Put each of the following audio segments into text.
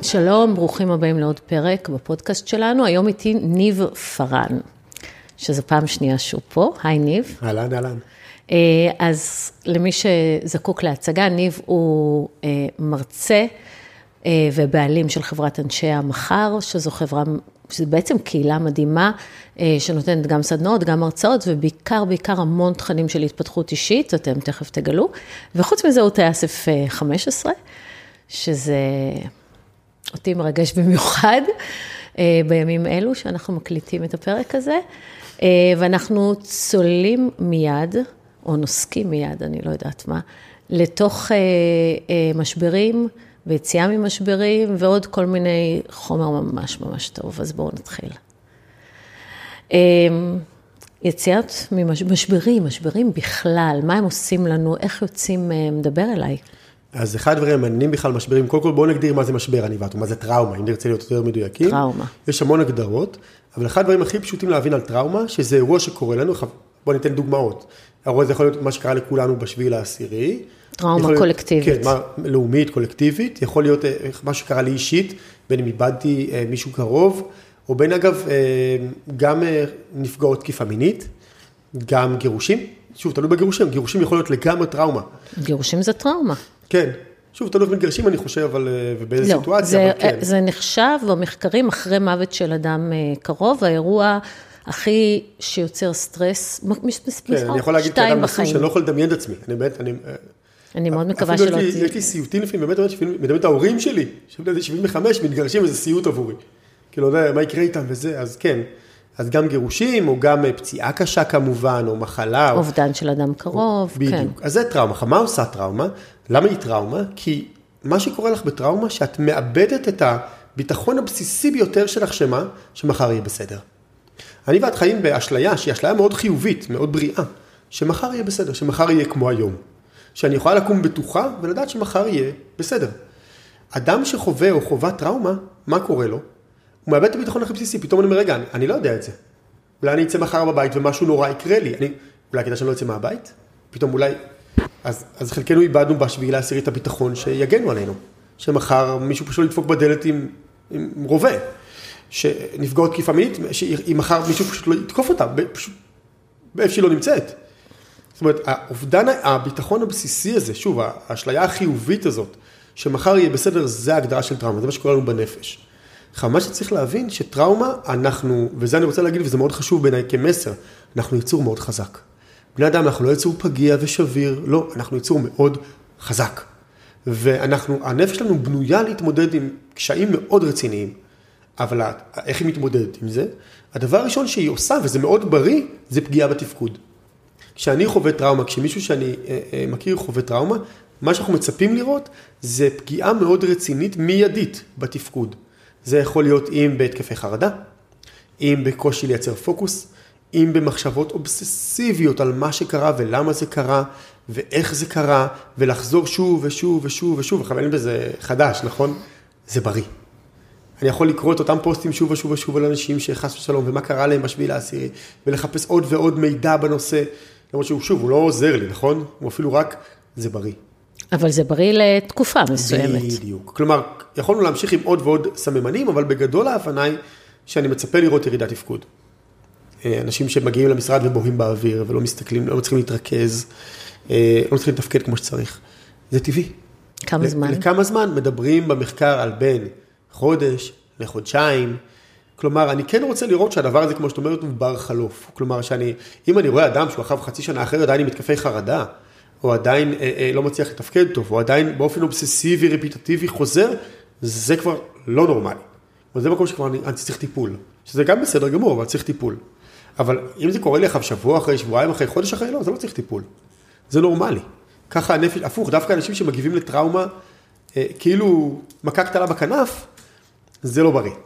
שלום, ברוכים הבאים לעוד פרק בפודקאסט שלנו. היום איתי ניב פרן, שזו פעם שנייה שהוא פה. היי ניב. אהלן, אהלן. אז למי שזקוק להצגה, ניב הוא מרצה ובעלים של חברת אנשי המחר, שזו חברה, שזו בעצם קהילה מדהימה, שנותנת גם סדנאות, גם הרצאות, ובעיקר המון תכנים של התפתחות אישית, אתם תכף תגלו. וחוץ מזה הוא טייס F-15, שזה אותי מרגש במיוחד, בימים אלו שאנחנו מקליטים את הפרק הזה, ואנחנו צוללים מיד, או נוסקים מיד, אני לא יודעת מה, לתוך משברים, ויציאה ממשברים, ועוד כל מיני חומר ממש ממש טוב, אז בואו נתחיל. יציאת משברים בכלל, מה הם עושים לנו, איך יוצאים, מדבר אליי? אז אחד הדברים, אני בכלל משברים, קודם כל בואו נגדיר מה זה משבר, אני ואתו, מה זה טראומה, אם נרצה להיות יותר מדויקים. טראומה. יש המון הגדרות, אבל אחד הדברים הכי פשוטים להבין על טראומה, שזה אירוע שקורה לנו, בואו ניתן דוגמאות. האירוע הזה יכול להיות מה שקרה לכולנו בשביל העשירי. טראומה קולקטיבית. כן, לאומית, קולקטיבית, יכול להיות מה שקרה לי אישית, בין אם איבדתי מישהו קרוב, או בין אגב, גם נפגעות תקיפה מינית, גם גירושים. שוב, תלוי בגירושים, גירושים יכול להיות לגמרי טראומה. גירושים זה טראומה. כן. שוב, תלוי במתגרשים, אני חושב, אבל ובאיזה סיטואציה, אבל כן. זה נחשב במחקרים אחרי מוות של אדם קרוב, האירוע הכי שיוצר סטרס, כן, אני יכול להגיד כאדם נשוי שאני לא יכול לדמיין את עצמי. אני מאוד מקווה שלא תהיה. יש לי סיוטים לפעמים, באמת, מדמיין את ההורים שלי, 75 מתגרשים, וזה סיוט עבורי. כאילו, לא יודע, מה יקרה איתם וזה, אז כן. אז גם גירושים, או גם פציעה קשה כמובן, או מחלה. אובדן של אדם קרוב, כן. בדיוק. אז זה טראומה. מה עושה טראומה? למה היא טראומה? כי מה שקורה לך בטראומה, שאת מאבדת את הביטחון הבסיסי ביותר שלך שמחר יהיה בסדר. אני ואת חיים באשליה, שהיא אשליה מאוד חיובית, מאוד בריאה, שמחר יהיה בסדר, שמחר יהיה כמו היום. שאני יכולה לקום בטוחה ולדעת שמחר יהיה בסדר. אדם שחווה או חווה טראומה, מה קורה לו? הוא מאבד את הביטחון הכי בסיסי, פתאום אני אומר, רגע, אני לא יודע את זה. אולי אני אצא מחר בבית ומשהו נורא יקרה לי. אולי כדאי שאני לא אצא מהבית? פתאום אולי... אז חלקנו איבדנו בשביעי לעשירי את הביטחון שיגנו עלינו. שמחר מישהו פשוט לדפוק בדלת עם רובה. שנפגעות תקיפה מינית, שאם מחר מישהו פשוט לא יתקוף אותה, פשוט באיפה שהיא לא נמצאת. זאת אומרת, האובדן הביטחון הבסיסי הזה, שוב, האשליה החיובית הזאת, שמחר יהיה בסדר, זה ההגדרה של טראומה, זה מה שקורה לנו בנפש. מה שצריך להבין שטראומה, אנחנו, וזה אני רוצה להגיד, וזה מאוד חשוב בעיניי כמסר, אנחנו יצור מאוד חזק. בני אדם, אנחנו לא יצור פגיע ושביר, לא, אנחנו יצור מאוד חזק. הנפש שלנו בנויה להתמודד עם קשיים מאוד רציניים, אבל איך היא מתמודדת עם זה? הדבר הראשון שהיא עושה, וזה מאוד בריא, זה פגיעה בתפקוד. כשאני חווה טראומה, כשמישהו שאני מכיר חווה טראומה, מה שאנחנו מצפים לראות, זה פגיעה מאוד רצינית מיידית בתפקוד. זה יכול להיות אם בהתקפי חרדה, אם בקושי לייצר פוקוס, אם במחשבות אובססיביות על מה שקרה ולמה זה קרה, ואיך זה קרה, ולחזור שוב ושוב ושוב ושוב, עכשיו אין בזה חדש, נכון? זה בריא. אני יכול לקרוא את אותם פוסטים שוב ושוב ושוב על אנשים שחס ושלום, ומה קרה להם בשביל העשירי, ולחפש עוד ועוד מידע בנושא, למרות שהוא שוב, הוא לא עוזר לי, נכון? הוא אפילו רק, זה בריא. אבל זה בריא לתקופה מסוימת. בדיוק. כלומר, יכולנו להמשיך עם עוד ועוד סממנים, אבל בגדול ההבנה היא שאני מצפה לראות ירידת תפקוד. אנשים שמגיעים למשרד ובוהים באוויר, ולא מסתכלים, לא מצליחים להתרכז, לא מצליחים לתפקד כמו שצריך. זה טבעי. כמה זמן? לכמה זמן מדברים במחקר על בין חודש לחודשיים. כלומר, אני כן רוצה לראות שהדבר הזה, כמו שאת אומרת, הוא בר חלוף. כלומר, אם אני רואה אדם שהוא אחר חצי שנה אחר, עדיין עם מתקפי חרדה, או עדיין לא מצליח לתפקד טוב, או עדיין באופן אובססיבי, רפיטטיבי חוזר, זה כבר לא נורמלי. וזה מקום שכבר אני צריך טיפול. שזה גם בסדר גמור, אבל צריך טיפול. אבל אם זה קורה לי אחר שבוע אחרי, שבועיים אחרי, חודש אחרי, לא, זה לא צריך טיפול. זה נורמלי. ככה הנפש, הפוך, דווקא אנשים שמגיבים לטראומה, כאילו מכה קטנה בכנף, זה לא בריא.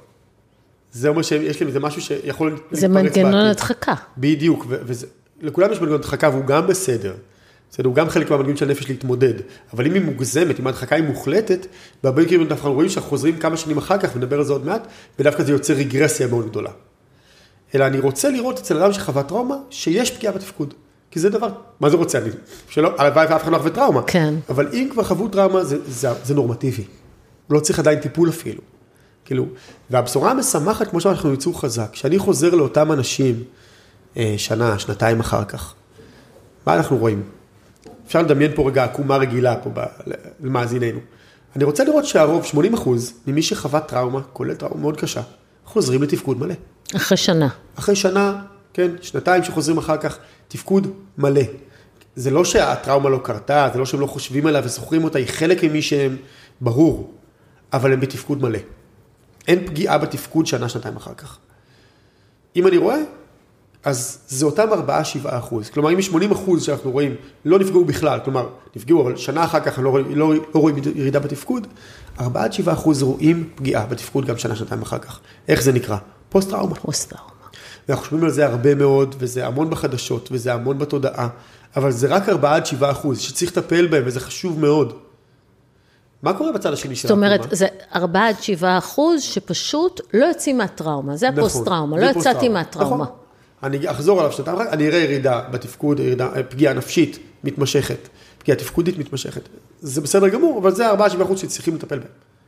זה אומר שיש להם, זה משהו שיכול זה מנגנון הדחקה. בדיוק, ולכולם יש מנגנון הדחקה, והוא גם בסדר. הוא גם חלק מהמנגנון של הנפש להתמודד. אבל אם היא מוגזמת, אם ההדחקה היא מוחלטת, בהרבה מקרים אנחנו רואים שאנחנו חוזרים כמה שנים אחר כך, ונדבר על זה עוד מעט, ודווקא זה יוצר רגרסיה מאוד גדולה. אלא אני רוצה לראות אצל אדם שחווה טראומה, שיש פגיעה בתפקוד. כי זה דבר, מה זה רוצה? הלוואי ואף אחד לא חווה טראומה. כן. אבל אם כבר חוו טראומה, זה נורמטיבי. הוא לא צריך עדיין טיפול אפילו. כאילו, והבשורה המשמחת, כמו שאנחנו יצור חזק, כשאני חוזר לאותם אנשים שנה, שנתיים אחר כך, מה אנחנו רואים? אפשר לדמיין פה רגע עקומה רגילה פה למאזיננו. אני רוצה לראות שהרוב, 80% ממי שחווה טראומה, כולל טראומה מאוד קשה, חוזרים לתפקוד מלא. אחרי שנה. אחרי שנה, כן, שנתיים שחוזרים אחר כך, תפקוד מלא. זה לא שהטראומה לא קרתה, זה לא שהם לא חושבים עליה וזוכרים אותה, היא חלק ממי שהם ברור, אבל הם בתפקוד מלא. אין פגיעה בתפקוד שנה, שנתיים אחר כך. אם אני רואה, אז זה אותם 4-7%. כלומר, אם יש 80% שאנחנו רואים, לא נפגעו בכלל, כלומר, נפגעו, אבל שנה אחר כך לא רואים ירידה בתפקוד, 4-7% רואים פגיעה בתפקוד גם שנה, שנתיים אחר כך. איך זה נקרא? פוסט-טראומה. פוסט-טראומה. ואנחנו חושבים על זה הרבה מאוד, וזה המון בחדשות, וזה המון בתודעה, אבל זה רק 4-7% שצריך לטפל בהם, וזה חשוב מאוד. מה קורה בצד השני של הטראומה? זאת אומרת, זה 4-7% שפשוט לא יוצאים מהטראומה, זה הפוסט-טראומה, לא יצאתי מהטראומה. אני אחזור עליו שנתיים, אני אראה ירידה בתפקוד, פגיעה נפשית מתמשכת, פגיעה תפקודית מתמשכת. זה בסדר גמור, אבל זה 4-7% שצריכים לטפל בהם.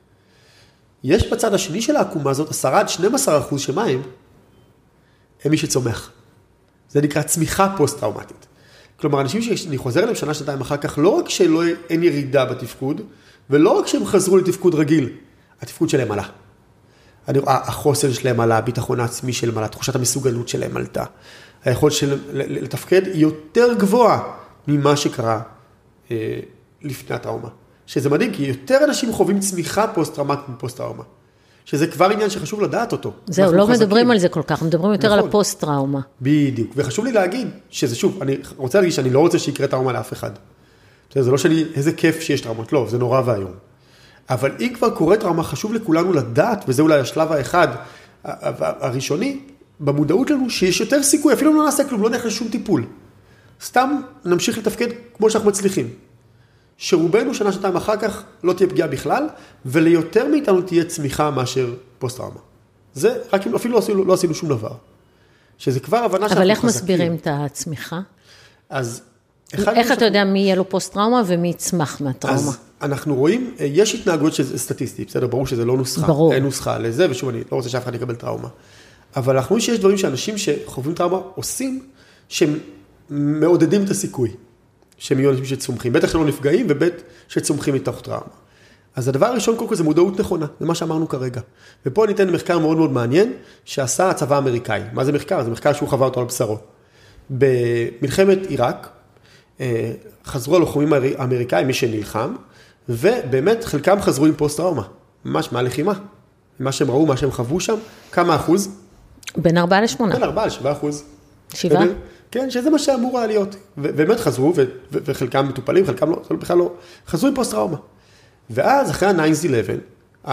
יש בצד השני של העקומה הזאת, 10-12% שמה הם מי שצומח. זה נקרא צמיחה פוסט-טראומטית. כלומר, אנשים שאני חוזר אליהם שנה, שנתיים אחר כך, לא רק שאין ירידה בתפקוד, ולא רק שהם חזרו לתפקוד רגיל, התפקוד שלהם עלה. החוסן שלהם עלה, הביטחון העצמי שלהם עלה, תחושת המסוגלות שלהם עלתה. היכולת שלהם לתפקד היא יותר גבוהה ממה שקרה לפני הטראומה. שזה מדהים, כי יותר אנשים חווים צמיחה פוסט-טראומטית מפוסט-טראומה. שזה כבר עניין שחשוב לדעת אותו. זהו, לא מדברים על זה כל כך, מדברים יותר על הפוסט-טראומה. בדיוק, וחשוב לי להגיד שזה שוב, אני רוצה להגיד שאני לא רוצה שיקרה טראומה לאף אחד. זה לא שאני, איזה כיף שיש טראומות, לא, זה נורא והיום. אבל אם כבר קורה טראומה, חשוב לכולנו לדעת, וזה אולי השלב האחד, הראשוני, במודעות לנו שיש יותר סיכוי, אפילו לא נעשה כלום, לא נלך לשום טיפול. סתם נמשיך לתפקד כמו שאנחנו מצליחים. שרובנו שנה, שנתיים אחר כך לא תהיה פגיעה בכלל, וליותר מאיתנו תהיה צמיחה מאשר פוסט-טראומה. זה רק אם אפילו לא עשינו שום דבר. שזה כבר הבנה שאנחנו חזקים. אבל איך מסבירים את הצמיחה? אז איך אתה יודע מי יהיה לו פוסט-טראומה ומי יצמח מהטראומה? אז אנחנו רואים, יש התנהגות שזה סטטיסטי, בסדר, ברור שזה לא נוסחה. ברור. אין נוסחה לזה, ושוב, אני לא רוצה שאף אחד יקבל טראומה. אבל אנחנו רואים שיש דברים שאנשים שחווים טראומה עושים, שהם מעודדים את הסיכוי. שהם יהיו אנשים שצומחים, בטח שלא נפגעים, ובטח שצומחים מתוך טראומה. אז הדבר הראשון, קודם כל, זה מודעות נכונה, זה מה שאמרנו כרגע. ופה אני אתן מחקר מאוד מאוד מעניין, שעשה הצבא האמריקאי. מה זה מחקר? זה מחקר שהוא חווה אותו על בשרו. במלחמת עיראק, חזרו הלוחמים האמריקאים, מי שנלחם, ובאמת חלקם חזרו עם פוסט-טראומה, ממש מהלחימה. מה שהם ראו, מה שהם חוו שם, כמה אחוז? בין 4-8. בין 4-7%. 7? כן, שזה מה שאמור היה להיות. ובאמת חזרו, וחלקם מטופלים, חלקם לא, בכלל לא, חזרו עם פוסט-טראומה. ואז אחרי ה-9/11,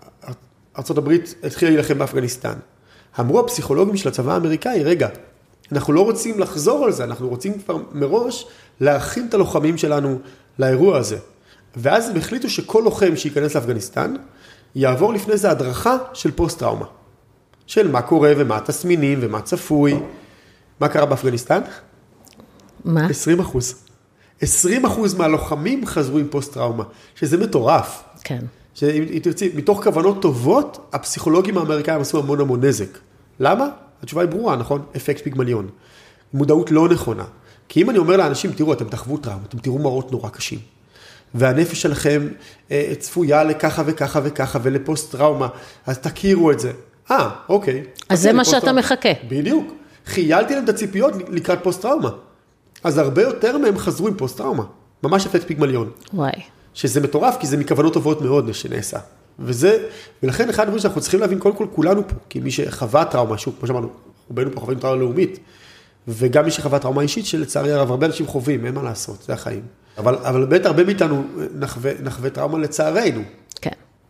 ארצות הברית התחילה להילחם באפגניסטן. אמרו הפסיכולוגים של הצבא האמריקאי, רגע, אנחנו לא רוצים לחזור על זה, אנחנו רוצים כבר מראש להכין את הלוחמים שלנו לאירוע הזה. ואז הם החליטו שכל לוחם שייכנס לאפגניסטן, יעבור לפני זה הדרכה של פוסט-טראומה. של מה קורה ומה התסמינים ומה צפוי. מה קרה באפגניסטן? מה? 20%. 20% מהלוחמים חזרו עם פוסט-טראומה, שזה מטורף. כן. שאם תרצי, מתוך כוונות טובות, הפסיכולוגים האמריקאים עשו המון המון נזק. למה? התשובה היא ברורה, נכון? אפקט פיגמליון. מודעות לא נכונה. כי אם אני אומר לאנשים, תראו, אתם תחוו טראומה, אתם תראו מראות נורא קשים. והנפש שלכם צפויה לככה וככה וככה, ולפוסט-טראומה, אז תכירו את זה. אוקיי. אז זה מה שאתה מחכה. בדיוק. חיילתי להם את הציפיות לקראת פוסט-טראומה. אז הרבה יותר מהם חזרו עם פוסט-טראומה. ממש אפקט פיגמליון. וואי. שזה מטורף, כי זה מכוונות טובות מאוד שנעשה. ולכן אחד הדברים שאנחנו צריכים להבין, קודם כל כולנו פה, כי מי שחווה טראומה, שוב, כמו שאמרנו, רובנו פה חווים טראומה לאומית, וגם מי שחווה טראומה אישית, שלצערי הרב, הרבה אנשים חווים, אין מה לעשות, זה החיים. אבל באמת הרבה מאיתנו נחווה טראומה לצערנו. כן.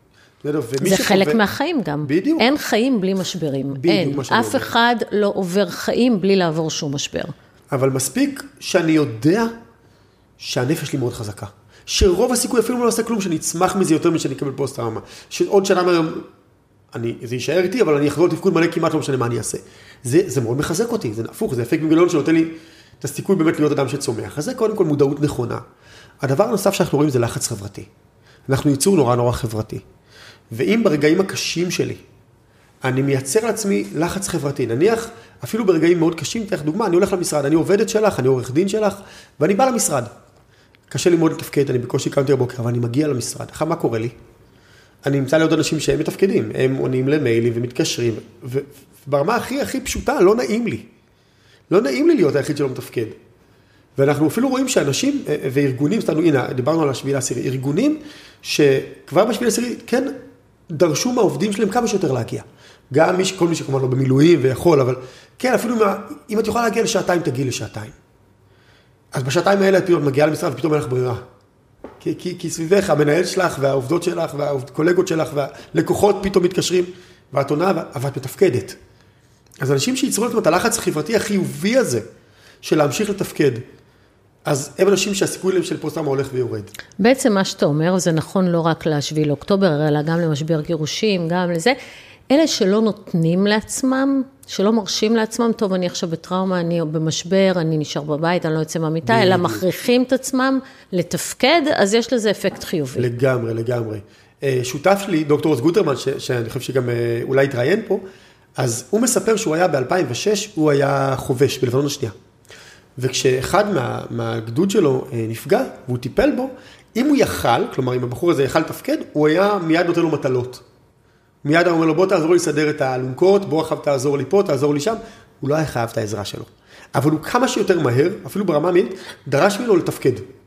זה חלק מהחיים גם. בדיוק. אין חיים בלי משברים. אין. אף אחד לא עובר חיים בלי לעבור שום משבר. אבל מספיק שאני יודע שהנפש שלי מאוד חזקה. שרוב הסיכוי אפילו לא עושה כלום, שאני אצמח מזה יותר משאני אקבל פוסט-טראומה. שעוד שנה מהיום, זה יישאר איתי, אבל אני אחזור לתפקוד מלא, כמעט לא משנה מה אני אעשה. זה מאוד מחזק אותי, זה הפוך, זה אפקט פיגמליון שנותן לי את הסיכוי באמת להיות אדם שצומח. אז זה קודם כל מודעות נכונה. הדבר הנוסף שאנחנו רואים זה לחץ חברתי. אנחנו ייצור נורא נורא חברתי. ואם ברגעים הקשים שלי, אני מייצר לעצמי לחץ חברתי, נניח, אפילו ברגעים מאוד קשים, תלך דוגמה, אני הולך למשרד, אני עובדת שלך, אני עורך דין שלך, ואני בא למשרד. קשה לי מאוד לתפקד, אני בקושי קמתי בבוקר, אבל אני מגיע למשרד. אחר, מה קורה לי? אני נמצא לעוד אנשים שהם מתפקדים, הם עונים למיילים ומתקשרים, וברמה הכי פשוטה, לא נעים לי. לא נעים לי להיות היחיד שלא מתפקד. ואנחנו אפילו רואים שאנשים וארגונים, הנה, דיברנו על השביעי לעשירי, ארגונים שכבר בשביעי לעשירי, כן, דרשו מהעובדים שלהם כמה שיותר להגיע. גם כל מי שכמובן לא במילואים ויכול, אבל כן, אפילו אם את יכולה להגיע לשעתיים, תגיעי לשעתיים. אז בשעתיים האלה את פתאום מגיעה למשרד ופתאום אין לך ברירה. כי סביבך, המנהל שלך והעובדות שלך והקולגות שלך והלקוחות פתאום מתקשרים, ואת עונה ואת מתפקדת. אז אנשים שיצרו את הלחץ החברתי החיובי הזה, של להמשיך לתפקד, אז הם אנשים שהסיכוי להם של פוסט-טראומה הולך ויורד. בעצם מה שאתה אומר, זה נכון לא רק ל7 לאוקטובר, אלא גם למשבר גירושים, גם לזה, אלה שלא נותנים לעצמם, שלא מרשים לעצמם, טוב, אני עכשיו בטראומה, אני במשבר, אני נשאר בבית, אני לא יוצא מהמיטה, אלא מכריחים את עצמם לתפקד, אז יש לזה אפקט חיובי. לגמרי. שותף שלי, דוקטור עוז גוטרמן, שאני חושב שגם אולי התראיין פה, אז הוא מספר שהוא היה ב-2006, הוא היה חובש בלבנון השנייה. וכשאחד מהגדוד שלו נפגע, והוא טיפל בו, אם הוא יכל, כלומר, אם הבחור הזה יכל לתפקד, הוא היה מיד נותן לו מטלות. מיד הוא אומר לו, בוא תעזור לי לסדר את האלונקות, בוא עכשיו תעזור לי פה, תעזור לי שם. הוא לא היה חייב את העזרה שלו. אבל הוא כמה שיותר מהר, אפילו ברמה מינית, דרש ממנו לתפקד.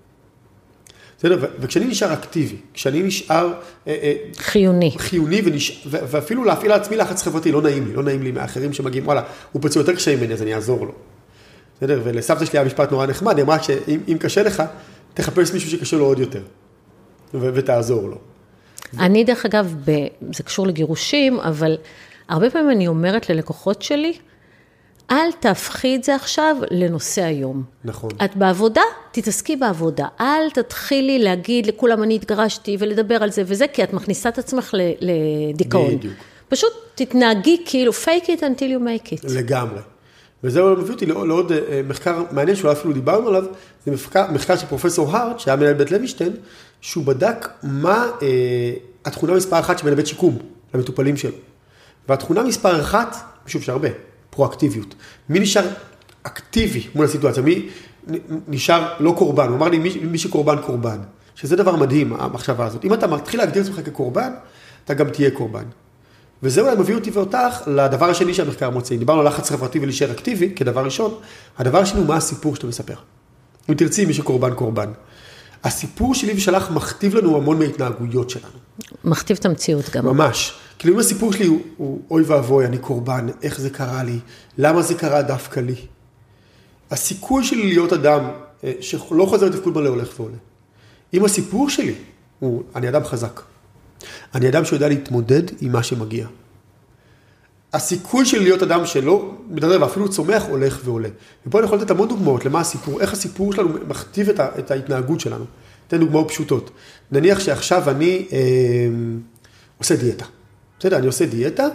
וכשאני נשאר אקטיבי, כשאני נשאר חיוני ואפילו להפעיל לעצמי לחץ חברתי, לא נעים לי מהאחרים שמגיעים, וואלה, הוא פצוע יותר קשה ממני, אז אני אעזור לו. ולסבתא שלי היה משפט נורא נחמד, היא אמרה שאם קשה לך, תחפש מישהו שקשה לו עוד יותר, ותעזור לו. אני דרך אגב, זה קשור לגירושים, אבל הרבה פעמים אני אומרת ללקוחות שלי, אל תהפכי את זה עכשיו לנושא היום. נכון. את בעבודה, תתעסקי בעבודה. אל תתחילי להגיד לכולם אני התגרשתי ולדבר על זה וזה, כי את מכניסה את עצמך לדיכאון. בדיוק. פשוט תתנהגי כאילו fake it until you make it. לגמרי. וזהו מביא אותי לעוד מחקר מעניין שאולי אפילו דיברנו עליו, זה מחקר של פרופסור הארט, שהיה מנהל בית לוינשטיין, שהוא בדק מה התכונה מספר 1 שמנהל בית שיקום למטופלים שלו. והתכונה מספר 1, שוב שהרבה, פרואקטיביות. מי נשאר אקטיבי מול הסיטואציה? מי נשאר לא קורבן? הוא אמר לי, מי שקורבן קורבן. שזה דבר מדהים, המחשבה הזאת. אם אתה מתחיל להגדיר את עצמך כקורבן, אתה גם תהיה קורבן. וזה אולי מביא אותי ואותך לדבר השני שהמחקר מוצא. דיברנו על לחץ חברתי ולהישאר אקטיבי, כדבר ראשון. הדבר השני הוא מה הסיפור שאתה מספר. אם תרצי, מי שקורבן קורבן. הסיפור שלי ושלך מכתיב לנו המון מההתנהגויות שלנו. מכתיב את המציאות גם. ממש. כאילו אם הסיפור שלי הוא אוי ואבוי, אני קורבן, איך זה קרה לי, למה זה קרה דווקא לי. הסיכוי שלי להיות אדם שלא חוזר לתפקוד מלא הולך ועולה. אם הסיפור שלי הוא, אני אדם חזק. אני אדם שיודע להתמודד עם מה שמגיע. הסיכוי שלי להיות אדם שלא מתדרדר ואפילו צומח הולך ועולה. ופה אני יכול לתת המון דוגמאות למה הסיפור, איך הסיפור שלנו מכתיב את ההתנהגות שלנו. אתן דוגמאות פשוטות. נניח שעכשיו אני עושה דיאטה. בסדר, אני עושה דיאטה,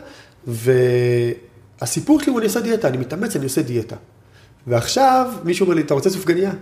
והסיפור שלי הוא אני עושה דיאטה, אני מתאמץ, אני עושה דיאטה. ועכשיו מישהו אומר לי, אתה רוצה סופגניה?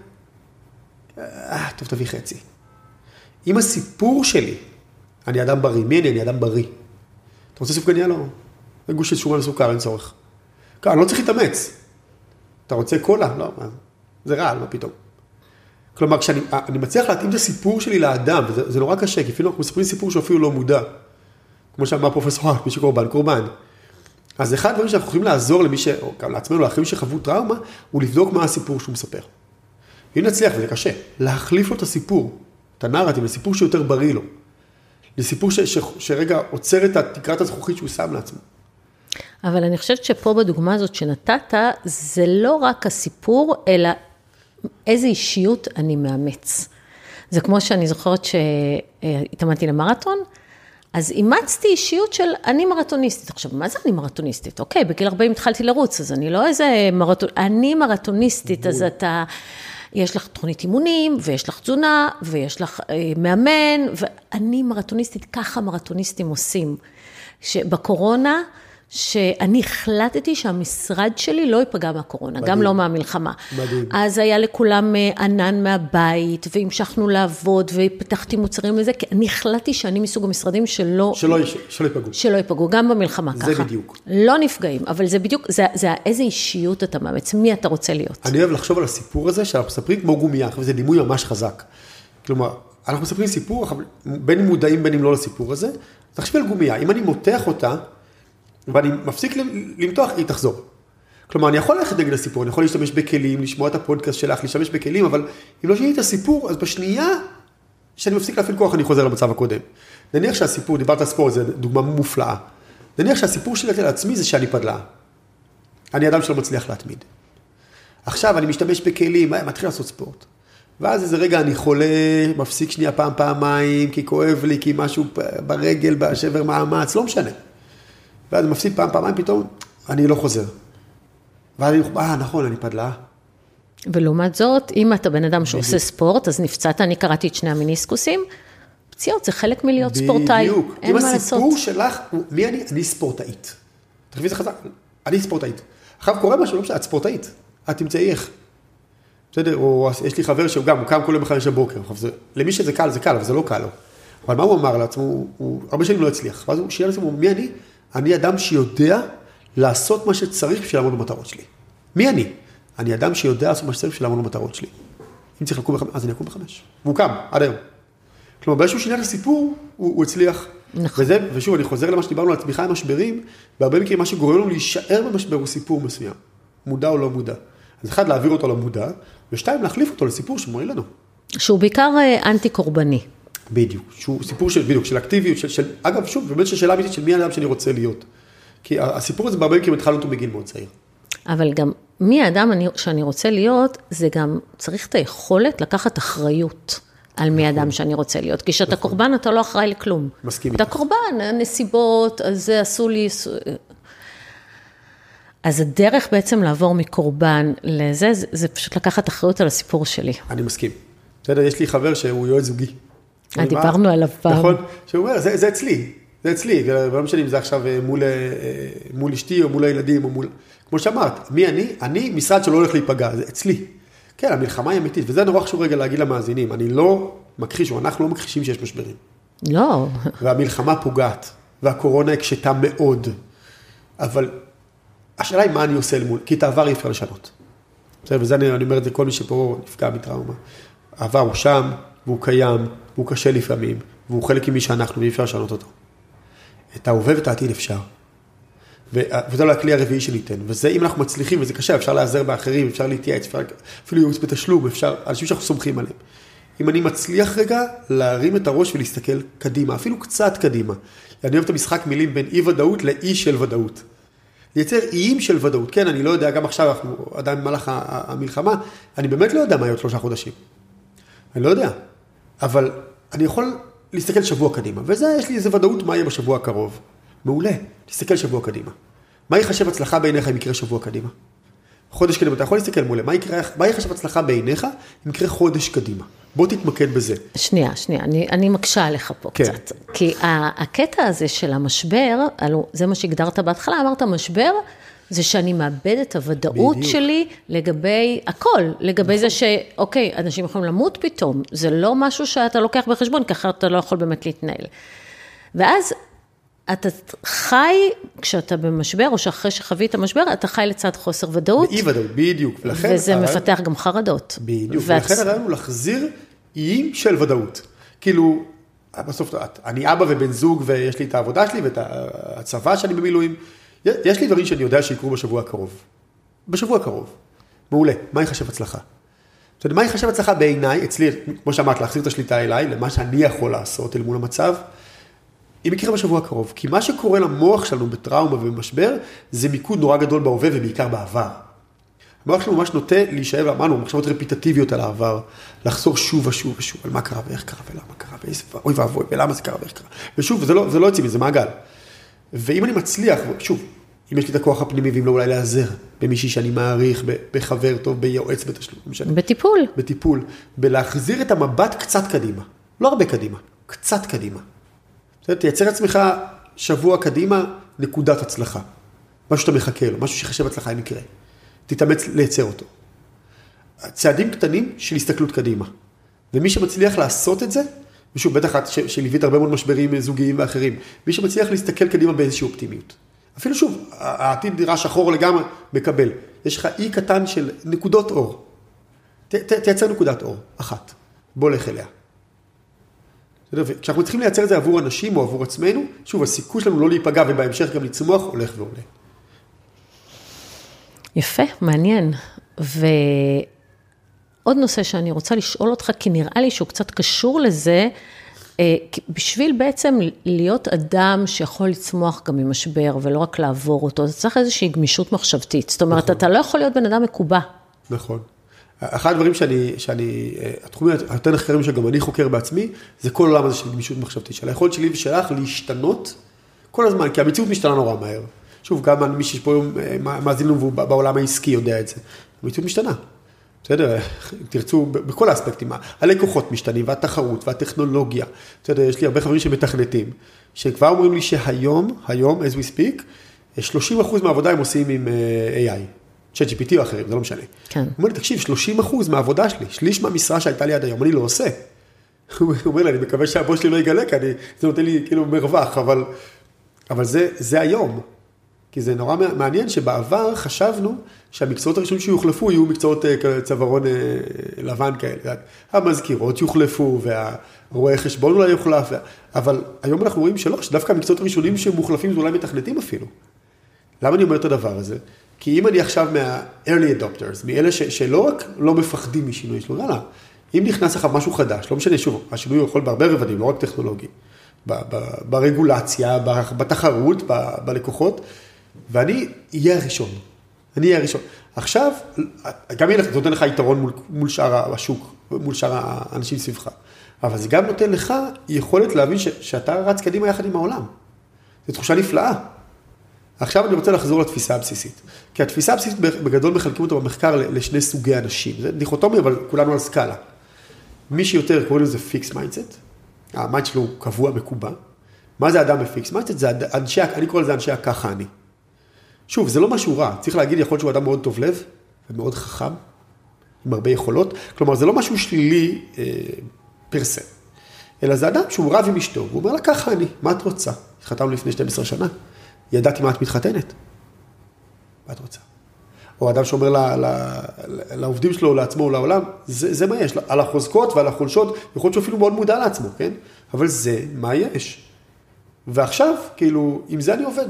טוב, תביא חצי. אם הסיפור שלי, אני אדם בריא, מי אני אדם בריא. אתה רוצה סופגניה? לא. זה גוש של שומן וסוכר, אין צורך. אני לא צריך להתאמץ. אתה רוצה קולה? לא, זה רע, מה פתאום. כלומר, כשאני מצליח להתאים את הסיפור שלי לאדם, וזה נורא קשה, כי אפילו אנחנו מספרים סיפור שאפילו לא מודע. כמו שאמר פרופסור הארט, מי שקורבן, קורבן. אז אחד הדברים שאנחנו יכולים לעזור למי או גם לעצמנו, לאחרים שחוו טראומה, הוא לבדוק מה הסיפור שהוא מספר. אם נצליח, וזה קשה, להחליף לו את הסיפור, את הנרטיב, לסיפור שיותר בריא לו. לסיפור שרגע עוצר את תקרת הזכוכית שהוא שם לעצמו. אבל אני חושבת שפה בדוגמה הזאת שנתת, זה לא רק הסיפור, אלא איזו אישיות אני מאמץ. זה כמו שאני זוכרת שהתאמנתי למרתון, אז אימצתי אישיות של אני מרתוניסטית. עכשיו, מה זה אני מרתוניסטית? אוקיי, בגיל 40 התחלתי לרוץ, אז אני לא איזה אני מרתוניסטית, אז יש לך תוכנית אימונים, ויש לך תזונה, ויש לך מאמן, ואני מרתוניסטית, ככה מרתוניסטים עושים. שבקורונה, שאני החלטתי שהמשרד שלי לא ייפגע מהקורונה, מדהים. גם לא מהמלחמה. מדהים. אז היה לכולם ענן מהבית, והמשכנו לעבוד, ופתחתי מוצרים לזה, כי אני החלטתי שאני מסוג המשרדים שלא ייפגעו. שלא ייפגעו, גם במלחמה ככה. זה בדיוק. לא נפגעים, אבל זה בדיוק, זה איזה אישיות אתה מאמץ, מי אתה רוצה להיות. אני אוהב לחשוב על הסיפור הזה, שאנחנו מספרים כמו גומייה, וזה דימוי ממש חזק. כלומר, אנחנו מספרים סיפור, בין אם מודעים, בין אם לא לסיפור הזה, תחשבי על גומייה, אם אני מותח אותה, ואני מפסיק למתוח, היא תחזור. כלומר, אני יכול ללכת נגד הסיפור, אני יכול להשתמש בכלים, לשמוע את הפודקאסט שלך, להשתמש בכלים, אבל אם לא שיניתי את הסיפור, אז בשנייה שאני מפסיק להפעיל כוח, אני חוזר למצב הקודם. נניח שהסיפור, דיברת על ספורט, זו דוגמה מופלאה. נניח שהסיפור שלי לעצמי זה שאני פדלאה. אני אדם שלא מצליח להתמיד. עכשיו אני משתמש בכלים, מתחיל לעשות ספורט. ואז איזה רגע אני חולה, מפסיק שנייה פעמיים, כי כואב לי, כי משהו ברגל, בשבר מאמץ, לא משנה. ואז אני מפסיד פעמיים, פתאום אני לא חוזר. ואז אני, נכון, אני פדלאה. ולעומת זאת, אם אתה בן אדם שעושה ספורט, אז נפצעת, אני קראתי את שני המיניסקוסים, פציעות זה חלק מלהיות ספורטאי. בדיוק. אין מה לעשות. אם הסיפור שלך, מי אני? אני ספורטאית. תחשבי את זה חזק, אני ספורטאית. עכשיו קורה משהו, לא משנה, את ספורטאית. את תמצאי איך. בסדר, או יש לי חבר שהוא גם, הוא קם כל יום ב5 בבוקר. למי שזה קל, זה קל, אבל זה לא קל לו. אבל מה הוא אמר לעצמו? הוא הרבה שנים לא הצליח. ואז הוא שיהיה לעצמו, מי אני? אני אדם שיודע לעשות מה שצריך בשביל לעמוד במטרות שלי. מי אני? אני אדם שיודע לעשות מה שצריך בשביל לעמוד במטרות שלי. אם צריך לקום ב5, אז אני אקום ב5. והוא קם, עד היום. כלומר, באיזשהו שינה לסיפור, הוא הצליח. נכון. ושוב, אני חוזר למה שדיברנו על התמיכה עם משברים, בהרבה מקרים מה שגורם לנו להישאר במשבר הוא סיפור מסוים. מודע או לא מודע. אז אחד, להעביר אותו למודע, ושתיים, להחליף אותו לסיפור שמועיל לנו. שהוא בעיקר אנטי-קורבני. בדיוק. שהוא סיפור של אקטיביות, אגב, שוב, באמת שאלה אמיתית של מי האדם שאני רוצה להיות. כי הסיפור הזה בהרבה מקרים התחלנו אותו בגיל מאוד צעיר. אבל גם מי האדם שאני רוצה להיות, זה גם צריך את היכולת לקחת אחריות על מי האדם שאני רוצה להיות. כי כשאתה קורבן, אתה לא אחראי לכלום. מסכים אתה איתך. קורבן, הנסיבות, אז זה עשו לי... אז הדרך בעצם לעבור מקורבן לזה, זה פשוט לקחת אחריות על הסיפור שלי. אני מסכים. בסדר, יש לי חבר שהוא יועץ זוגי. דיברנו עליו פעם. נכון, שהוא אומר, זה אצלי. זה אצלי, ולא משנה אם זה עכשיו מול אשתי או מול הילדים, או מול... כמו שאמרת, מי אני? אני משרד שלא הולך להיפגע, זה אצלי. כן, המלחמה היא אמיתית, וזה נורא חשוב רגע להגיד למאזינים, אני לא מכחיש, או אנחנו לא מכחישים שיש משברים. לא. והמלחמה פוגעת, והקורונה הקשתה מאוד, אבל השאלה היא מה אני עושה למול, כי את העבר אי אפשר לשנות. וזה אני אומר את זה כל מי שפה נפגע מטראומה. העבר הוא שם, והוא קיים, והוא קשה לפעמים, והוא חלק ממי שאנחנו, ואי אפשר לשנות אותו. את ההווה ואת העתיד אפשר. וזה לא הכלי הרביעי שניתן. וזה, אם אנחנו מצליחים, וזה קשה, אפשר לעזר באחרים, אפשר להתייעץ, אפילו ייעוץ בתשלום, אפשר, אנשים שאנחנו סומכים עליהם. אם אני מצליח רגע להרים את הראש ולהסתכל קדימה, אפילו קצת קדימה. אני אוהב את המשחק מילים בין אי ודאות לאי של ודאות. לייצר איים של ודאות. כן, אני לא יודע, גם עכשיו אנחנו עדיין במהלך המלחמה, אני באמת לא יודע מה יהיו 3 חודשים. אני לא יודע. אבל אני יכול להסתכל שבוע קדימה, וזה, יש לי איזו ודאות מה יהיה בשבוע הקרוב. מעולה, תסתכל שבוע קדימה. מה יחשב הצלחה בעיניך אם יקרה שבוע קדימה? חודש קדימה, אתה יכול להסתכל מולה, מה יחשב הצלחה בעיניך אם יקרה חודש קדימה? בוא תתמקד בזה. שנייה, אני מקשה עליך פה כן. קצת. כי הקטע הזה של המשבר, זה מה שהגדרת בהתחלה, אמרת משבר, זה שאני מאבד את הוודאות בדיוק. שלי לגבי הכל, לגבי זה שאוקיי, אנשים יכולים למות פתאום, זה לא משהו שאתה לוקח בחשבון, כי אחרת אתה לא יכול באמת להתנהל. ואז אתה חי, כשאתה במשבר, או שאחרי שחווית המשבר, אתה חי לצד חוסר ודאות. באי ודאות, בדיוק. ולכן, וזה מפתח גם חרדות. בדיוק, ולכן הרעיון הוא להחזיר איים של ודאות. כאילו, בסוף, אני אבא ובן זוג, ויש לי את העבודה שלי, ואת הצבא שאני במילואים. יש לי דברים שאני יודע שיקרו בשבוע הקרוב. בשבוע הקרוב. מעולה. מה יחשב הצלחה? זאת אומרת, מה יחשב הצלחה בעיניי, אצלי, כמו שאמרת, להחזיר את השליטה אליי, למה שאני יכול לעשות אל מול המצב, אם יקרה בשבוע הקרוב. כי מה שקורה למוח שלנו בטראומה ובמשבר, זה מיקוד נורא גדול בהווה ובעיקר בעבר. המוח שלנו ממש נוטה להישאב, אמרנו, מחשבות רפיטטיביות על העבר, לחזור שוב ושוב ושוב, על מה קרה ואיך קרה ולמה קרה, ואוי ואבוי, ולמה זה קרה ואיך קרה. ושוב, זה לא יוצא מזה, זה מעגל. ואם אני מצליח, שוב, אם יש לי את הכוח הפנימי, ואם לא אולי להיעזר במישהי שאני מעריך, בחבר טוב, ביועץ בתשלום. בטיפול. בטיפול. בלהחזיר את המבט קצת קדימה. לא הרבה קדימה, קצת קדימה. תייצר עצמך שבוע קדימה, נקודת הצלחה. משהו שאתה מחכה לו, משהו שחשב הצלחה אם יקרה. תתאמץ לייצר אותו. צעדים קטנים של הסתכלות קדימה. ומי שמצליח לעשות את זה, ושוב, בטח שליווית הרבה מאוד משברים זוגיים ואחרים, מי שמצליח להסתכל קדימה באיזושהי אופטימיות. אפילו שוב, העתיד נראה שחור לגמרי, מקבל. יש לך אי קטן של נקודות אור. תייצר נקודת אור, אחת. בוא לך אליה. כשאנחנו צריכים לייצר את זה עבור אנשים או עבור עצמנו, שוב, הסיכוי שלנו לא להיפגע ובהמשך גם לצמוח, הולך ועולה. יפה, מעניין. ועוד נושא שאני רוצה לשאול אותך, כי נראה לי שהוא קצת קשור לזה, בשביל בעצם להיות אדם שיכול לצמוח גם ממשבר, ולא רק לעבור אותו, זה צריך איזושהי גמישות מחשבתית. זאת אומרת, אתה לא יכול להיות בן אדם מקובע. נכון. אחד הדברים התחומים היותר נחקרים שגם אני חוקר בעצמי, זה כל העולם הזה של גמישות מחשבתית, של היכולת שלי ושלך להשתנות כל הזמן, כי המציאות משתנה נורא מהר. שוב, גם מי שיש פה היום מאזין לנו בעולם העסקי יודע את זה. המציאות משתנה. בסדר, תרצו בכל האספקטים, הלקוחות משתנים, והתחרות, והטכנולוגיה. בסדר, יש לי הרבה חברים שמתכנתים, שכבר אומרים לי שהיום, as we speak, 30% מהעבודה הם עושים עם AI. ChatGPT או אחרים, זה לא משנה. כן. הוא אומר לי, תקשיב, 30% מהעבודה שלי, שליש מהמשרה שהייתה לי עד היום, אני לא עושה. הוא אומר לי, אני מקווה שהבוס שלי לא יגלה, כי זה נותן לי כאילו מרווח, אבל זה היום. כי זה נורא מעניין שבעבר חשבנו שהמקצועות הראשונים שיוחלפו יהיו מקצועות צווארון לבן כאלה. המזכירות יוחלפו והרואי חשבון אולי יוחלף, אבל היום אנחנו רואים שדווקא המקצועות הראשונים שמוחלפים זה אולי מתכנתים אפילו. למה אני אומר את הדבר הזה? כי אם אני עכשיו מה-early adopters, מאלה שלא רק לא מפחדים משינוי, שלא יאללה, אם נכנס לך משהו חדש, לא משנה שוב, השינוי יכול בהרבה רבדים, לא רק טכנולוגי, ברגולציה, בתחרות, בלקוחות, ואני אהיה הראשון. עכשיו, גם זה נותן לך יתרון מול שאר השוק, מול שאר האנשים סביבך, אבל זה גם נותן לך יכולת להבין שאתה רץ קדימה יחד עם העולם. זו תחושה נפלאה. עכשיו אני רוצה לחזור לתפיסה הבסיסית. כי התפיסה הבסיסית בגדול מחלקים אותו במחקר לשני סוגי אנשים. זה דיכוטומי, אבל כולנו על סקאלה. מי שיותר קוראים לזה פיקס מיינדסט, המיינד שלו הוא קבוע, מקובע. מה זה אדם בפיקס מיינדסט? אני קורא לזה אנשי ככה אני. שוב, זה לא משהו רע. צריך להגיד, יכול להיות שהוא אדם מאוד טוב לב, ומאוד חכם, עם הרבה יכולות. כלומר, זה לא משהו שלילי פרסה. אלא זה אדם שהוא רב עם אשתו, והוא אומר לה, ככה אני, מה את רוצה? התחתנו לפני 12 שנה. ידעתי מה את מתחתנת. מה את רוצה? או אדם שאומר לעובדים שלו, לעצמו או לעולם, זה מה יש. על החוזקות ועל החולשות, יכול להיות שאפילו מאוד מודע לעצמו, כן? אבל זה מה יש. ועכשיו, כאילו, עם זה אני עובד.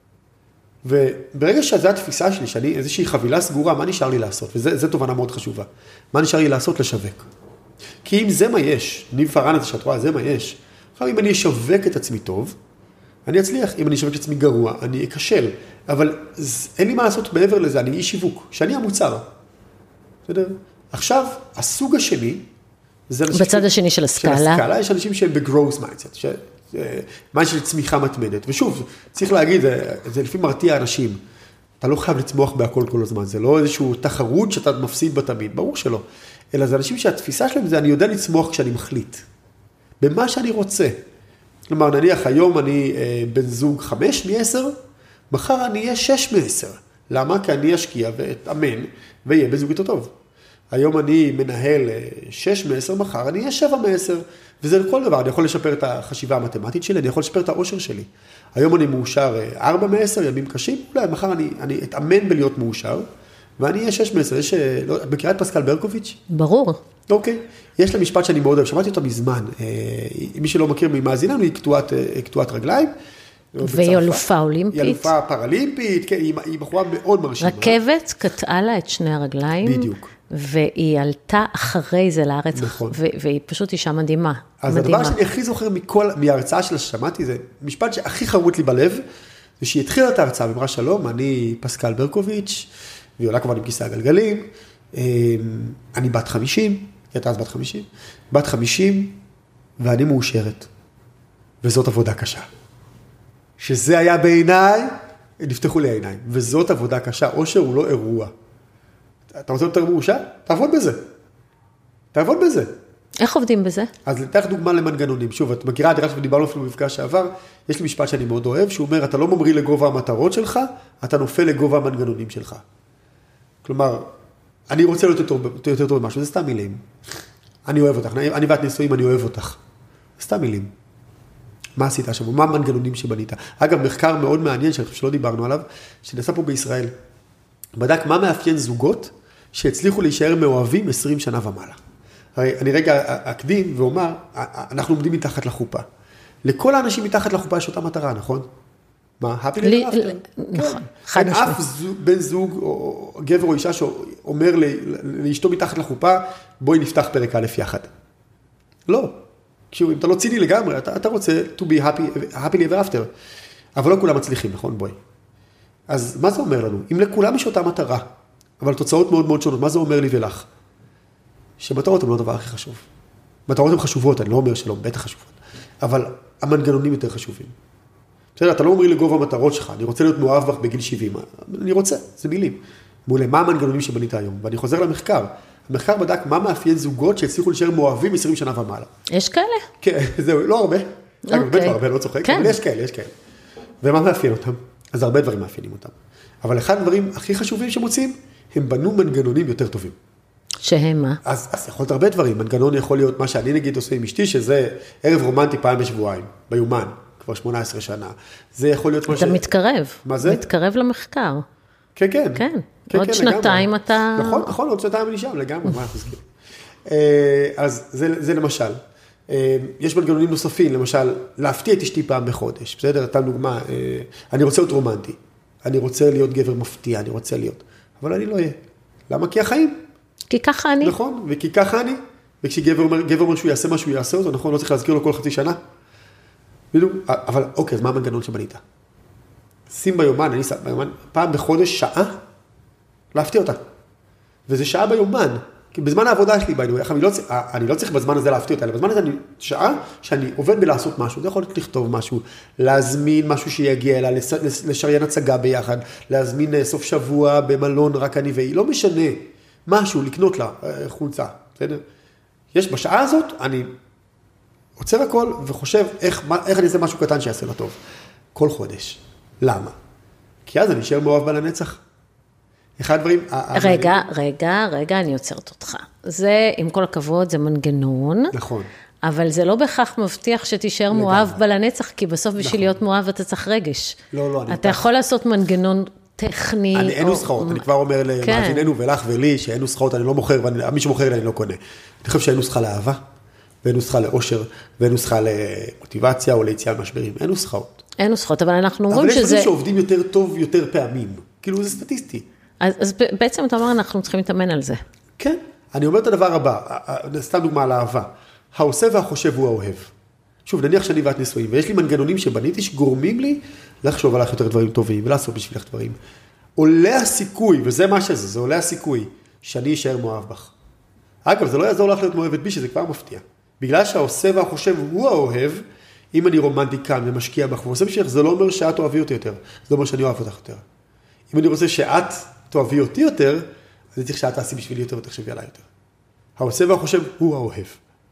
וברגע שזו התפיסה שלי, שאני איזושהי חבילה סגורה, מה נשאר לי לעשות? וזו תובנה מאוד חשובה. מה נשאר לי לעשות? לשווק. כי אם זה מה יש, ניב פרן הזה שאת רואה, זה מה יש. עכשיו, אם אני אשווק את עצמי טוב, אני אצליח. אם אני אשווק את עצמי גרוע, אני אכשל. אבל אין לי מה לעשות מעבר לזה, אני איש שיווק, שאני המוצר. בסדר? עכשיו, הסוג השני, בצד השני של הסקאלה. של הסקאלה, יש אנשים שהם ב-growth mindset, מה של צמיחה מתמדת. ושוב, צריך להגיד, זה לפי מרתיע אנשים. אתה לא חייב לצמוח בהכל כל הזמן. זה לא איזשהו תחרות שאתה מפסיד בה תמיד. ברור שלא. אלא זה אנשים שהתפיסה שלהם זה, אני יודע לצמוח כשאני מחליט. במה שאני רוצה. כלומר, נניח, היום אני בן זוג 5 מ-10, מחר אני אהיה 6 מ-10. למה? כי אני אשקיע ואתאמן, ויהיה בזוג יותר טוב. היום אני מנהל 6 מ-10, מחר אני אהיה 7 מ-10. וזה לכל דבר, אני יכול לשפר את החשיבה המתמטית שלי, אני יכול לשפר את העושר שלי. היום אני מאושר 4 מ-10, ימים קשים, אולי מחר אני אתאמן בלהיות מאושר, ואני אהיה 6 מ-10. את מכירה את פסקל ברקוביץ'? ברור. אוקיי. יש לה משפט שאני מאוד אוהב, שמעתי אותה מזמן. מי שלא מכיר ממאזיננו, היא קטועת רגליים. והיא אלופה אולימפית. היא אלופה פרלימפית, היא בחורה מאוד מרשימה. רכבת קטעה לה את שני הרגליים. בדיוק. והיא עלתה אחרי זה לארץ, נכון. והיא פשוט אישה מדהימה. אז הדבר שאני הכי זוכר מההרצאה שלה ששמעתי, זה משפט שהכי חרוט לי בלב, זה שהיא התחילה את ההרצאה, ואמרה שלום, אני פסקל ברקוביץ', והיא עולה כבר עם כיסא הגלגלים, אני בת 50, היא הייתה אז בת 50, בת 50, ואני מאושרת, וזאת עבודה קשה. שזה היה בעיניי, נפתחו לי העיניים, וזאת עבודה קשה, אושר הוא לא אירוע. אתה רוצה יותר מאושר? תעבוד בזה. איך עובדים בזה? אז לתך דוגמה למנגנונים. שוב, את מכירה, דרך שדיברנו אפילו במפגש שעבר, יש לי משפט שאני מאוד אוהב, שהוא אומר, אתה לא ממריא לגובה המטרות שלך, אתה נופל לגובה המנגנונים שלך. כלומר, אני רוצה להיות יותר טוב במשהו, זה סתם מילים. אני אוהב אותך, אני ואת נשואים, אני אוהב אותך. זה סתם מילים. מה עשית שם? מה המנגנונים שבנית? אגב, מחקר מאוד מעניין, שאני חושב שלא דיברנו עליו, שנעשה פה בישראל. בדק מה מאפיין זוגות שהצליחו להישאר מאוהבים 20 שנה ומעלה. הרי אני רגע אקדים ואומר, אנחנו עומדים מתחת לחופה. לכל האנשים מתחת לחופה יש אותה מטרה, נכון? מה? happy ever after? נכון. אין אף בן זוג או גבר או אישה שאומר לאשתו מתחת לחופה, בואי נפתח פרק א' יחד. לא. אם אתה לא ציני לגמרי, אתה רוצה to be happy ever after. אבל לא כולם מצליחים, נכון? בואי. אז מה זה אומר לנו? אם לכולם יש אותה מטרה, אבל תוצאות מאוד מאוד שונות, מה זה אומר לי ולך? שמטרות הן לא הדבר הכי חשוב. מטרות הן חשובות, אני לא אומר שלא, בטח חשובות. אבל המנגנונים יותר חשובים. בסדר, אתה לא אומר לגובה המטרות שלך, אני רוצה להיות מאוהב בך בגיל 70. אני רוצה, זה מילים. מעולה, מה המנגנונים שבנית היום? ואני חוזר למחקר. המחקר בדק מה מאפיין זוגות שהצליחו להישאר מאוהבים 20 שנה ומעלה. יש כאלה? כן, זהו, לא הרבה. אגב, באמת לא הרבה, לא צוחק, אבל יש כאלה, יש כאלה. ומה מאפיין אותם? אז הרבה דברים מאפיינים אותם. אבל אחד הדברים הכי חשובים שמוצאים, הם בנו מנגנונים יותר טובים. שהם מה? אז יכול להיות הרבה דברים. מנגנון יכול להיות מה שאני נגיד עושה עם אשתי, שזה ערב רומנטי פעם בשבועיים, ביומן, כבר 18 שנה. זה יכול להיות מה אתה מתקרב. מה זה? מתקרב למחקר. כן, כן. כן. עוד שנתיים אתה... נכון, עוד שנתיים אני שם לגמרי, מה אנחנו עושים? אז זה למשל. יש מנגנונים נוספים, למשל, להפתיע את אשתי פעם בחודש. בסדר? נתן דוגמה, אני רוצה להיות רומנטי. אני רוצה להיות גבר מפתיע, אני רוצה להיות. אבל אני לא אהיה. למה? כי החיים. כי ככה אני. נכון, וכי ככה אני. וכשגבר אומר שהוא יעשה מה שהוא יעשה אותו, נכון? לא צריך להזכיר לו כל חצי שנה. בדיוק. אבל אוקיי, אז מה המנגנון שבנית? שים ביומן, אני שם ביומן, פעם בחודש שעה, להפתיע אותה. וזה שעה ביומן. כי בזמן העבודה שלי, אני לא צריך בזמן הזה להפתיע אותה, אלא בזמן הזה שעה שאני עובד בלעשות משהו. זה יכול להיות לכתוב משהו, להזמין משהו שיגיע אליה, לשריין הצגה ביחד, להזמין סוף שבוע במלון רק אני והיא, לא משנה. משהו, לקנות לה חולצה, בסדר? יש בשעה הזאת, אני עוצר הכל וחושב איך אני אעשה משהו קטן שיעשה לה טוב. כל חודש. למה? כי אז אני אשאר מאוהב בה לנצח. אחד הדברים... רגע, אני עוצרת אותך. זה, עם כל הכבוד, זה מנגנון. נכון. אבל זה לא בהכרח מבטיח שתישאר מאוהב בה לנצח, כי בסוף בשביל להיות מאוהב אתה צריך רגש. לא, אתה יכול לעשות מנגנון טכני. אין נוסחאות, אני כבר אומר למאזיננו ולך ולי, שאין נוסחאות, אני לא מוכר, ומי שמוכר לי אני לא קונה. אני חושב שאין נוסחה לאהבה, ואין נוסחה לאושר, ואין נוסחה למוטיבציה או ליציאה למשברים. אין נוסחאות. אין נוסחאות, אבל אנחנו אומרים שזה... אבל יש דברים שעובדים יותר טוב, יותר פעמים. כאילו זה סטטיסטי. אז בעצם אתה אומר, אנחנו צריכים להתאמן על זה. כן. אני אומר את הדבר הבא, סתם דוגמה על האהבה. העושה והחושב הוא האוהב. שוב, נניח שאני ואת נשואים, ויש לי מנגנונים שבניתי שגורמים לי לחשוב עליך יותר דברים טובים, ולעשות בשבילך דברים. עולה הסיכוי, וזה מה שזה, זה עולה הסיכוי, שאני אשאר מאוהב בך. אגב, זה לא יעזור לך להיות מאוהבת בי, שזה כבר מפתיע. בגלל שהעושה והחושב הוא האוהב, אם אני רומנטיקן ומשקיע בך, ועושה בשבילך, זה לא אומר שאת אוהבי אותי יותר. זה לא אומר שאני אוהב אותך יותר. אם אני רוצה שאת תאהבי אותי יותר, אז אני צריך שאת תעשי בשבילי יותר ותחשבי עליי יותר. העושה והחושב הוא האוהב.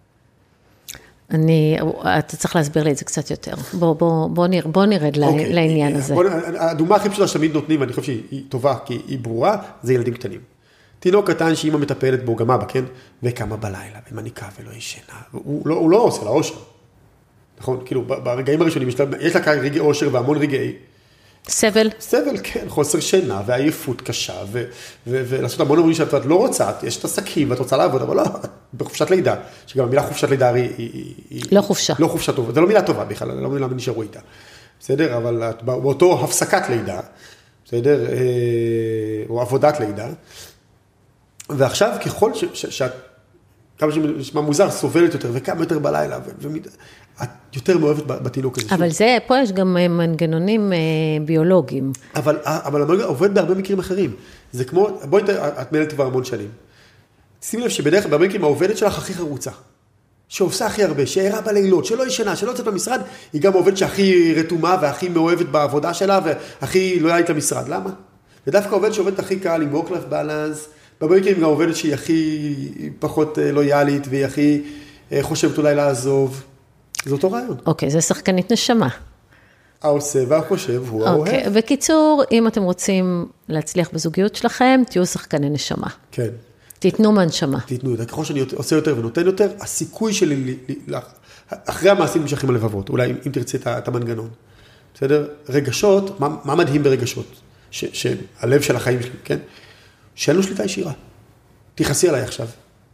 אתה צריך להסביר לי את זה קצת יותר. בוא נרד לעניין הזה. הדוגמה הכי פשוטה שתמיד נותנים, ואני חושב שהיא טובה, כי היא ברורה, זה ילדים קטנים. תינוק קטן שאמא מטפלת בו, גם אבא, כן? וקמה בלילה, ומניקה ולא ישנה. הוא לא עושה לה אושר. נכון? כאילו, ברגעים הראשונים יש לה רגעי אושר והמון רגעי... סבל? סבל, כן. חוסר שינה ועייפות קשה, ולעשות המון אומרים שאת לא רוצה, יש את עסקים ואת רוצה לעבוד, אבל לא, בחופשת לידה, שגם המילה חופשת לידה היא... לא חופשה. לא חופשה טובה, זה לא מילה טובה בכלל, לא מילה נשארו איתה. בסדר? אבל באותו הפסקת לידה, בסדר? או עבודת לידה, ועכשיו ככל שאת, כמה שנשמע מוזר, סובלת יותר וכמה יותר בלילה, את יותר מאוהבת בתינוק הזה. אבל זה, פה יש גם מנגנונים ביולוגיים. אבל המנגנון עובד בהרבה מקרים אחרים. זה כמו, בואי, את מנהלת כבר המון שנים. שימי לב שבדרך כלל, בהרבה מקרים, העובדת שלך הכי חרוצה. שעושה הכי הרבה, שערה בלילות, שלא ישנה, שלא יוצאת במשרד, היא גם עובדת שהכי רתומה והכי מאוהבת בעבודה שלה, והכי לויאלית למשרד. למה? ודווקא עובדת שעובדת הכי קל, עם work-life balance, בהרבה מקרים גם עובדת שהיא הכי פחות לויאלית, והיא הכי חושבת אולי לעזוב. זה אותו רעיון. אוקיי, זה שחקנית נשמה. העושה והחושב הוא האוהב. אוקיי, בקיצור, אם אתם רוצים להצליח בזוגיות שלכם, תהיו שחקני נשמה. כן. תיתנו מהנשמה. תיתנו יותר. ככל שאני עושה יותר ונותן יותר, הסיכוי שלי, אחרי המעשים נמשכים הלבבות, אולי אם תרצה את המנגנון. בסדר? רגשות, מה מדהים ברגשות? שהלב של החיים שלי, כן? שאין לו שליטה ישירה. תכעסי עליי עכשיו.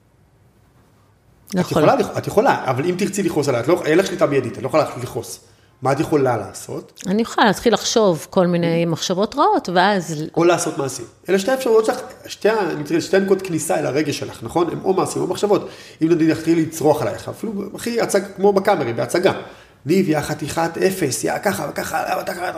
את יכולה, אבל אם תרצי לכעוס עליי, אין לך שליטה מיידית, את לא יכולה לכעוס. מה את יכולה לעשות? אני יכולה להתחיל לחשוב כל מיני מחשבות רעות, ואז... או לעשות מעשים. אלה שתי אפשרויות שלך, שתי נקודות כניסה אל הרגש שלך, נכון? הם או מעשים או מחשבות. אם נדעי להתחיל לצרוח עלייך, אפילו הכי כמו בקאמרי, בהצגה. ניב, יא חתיכת אפס, יא ככה וככה,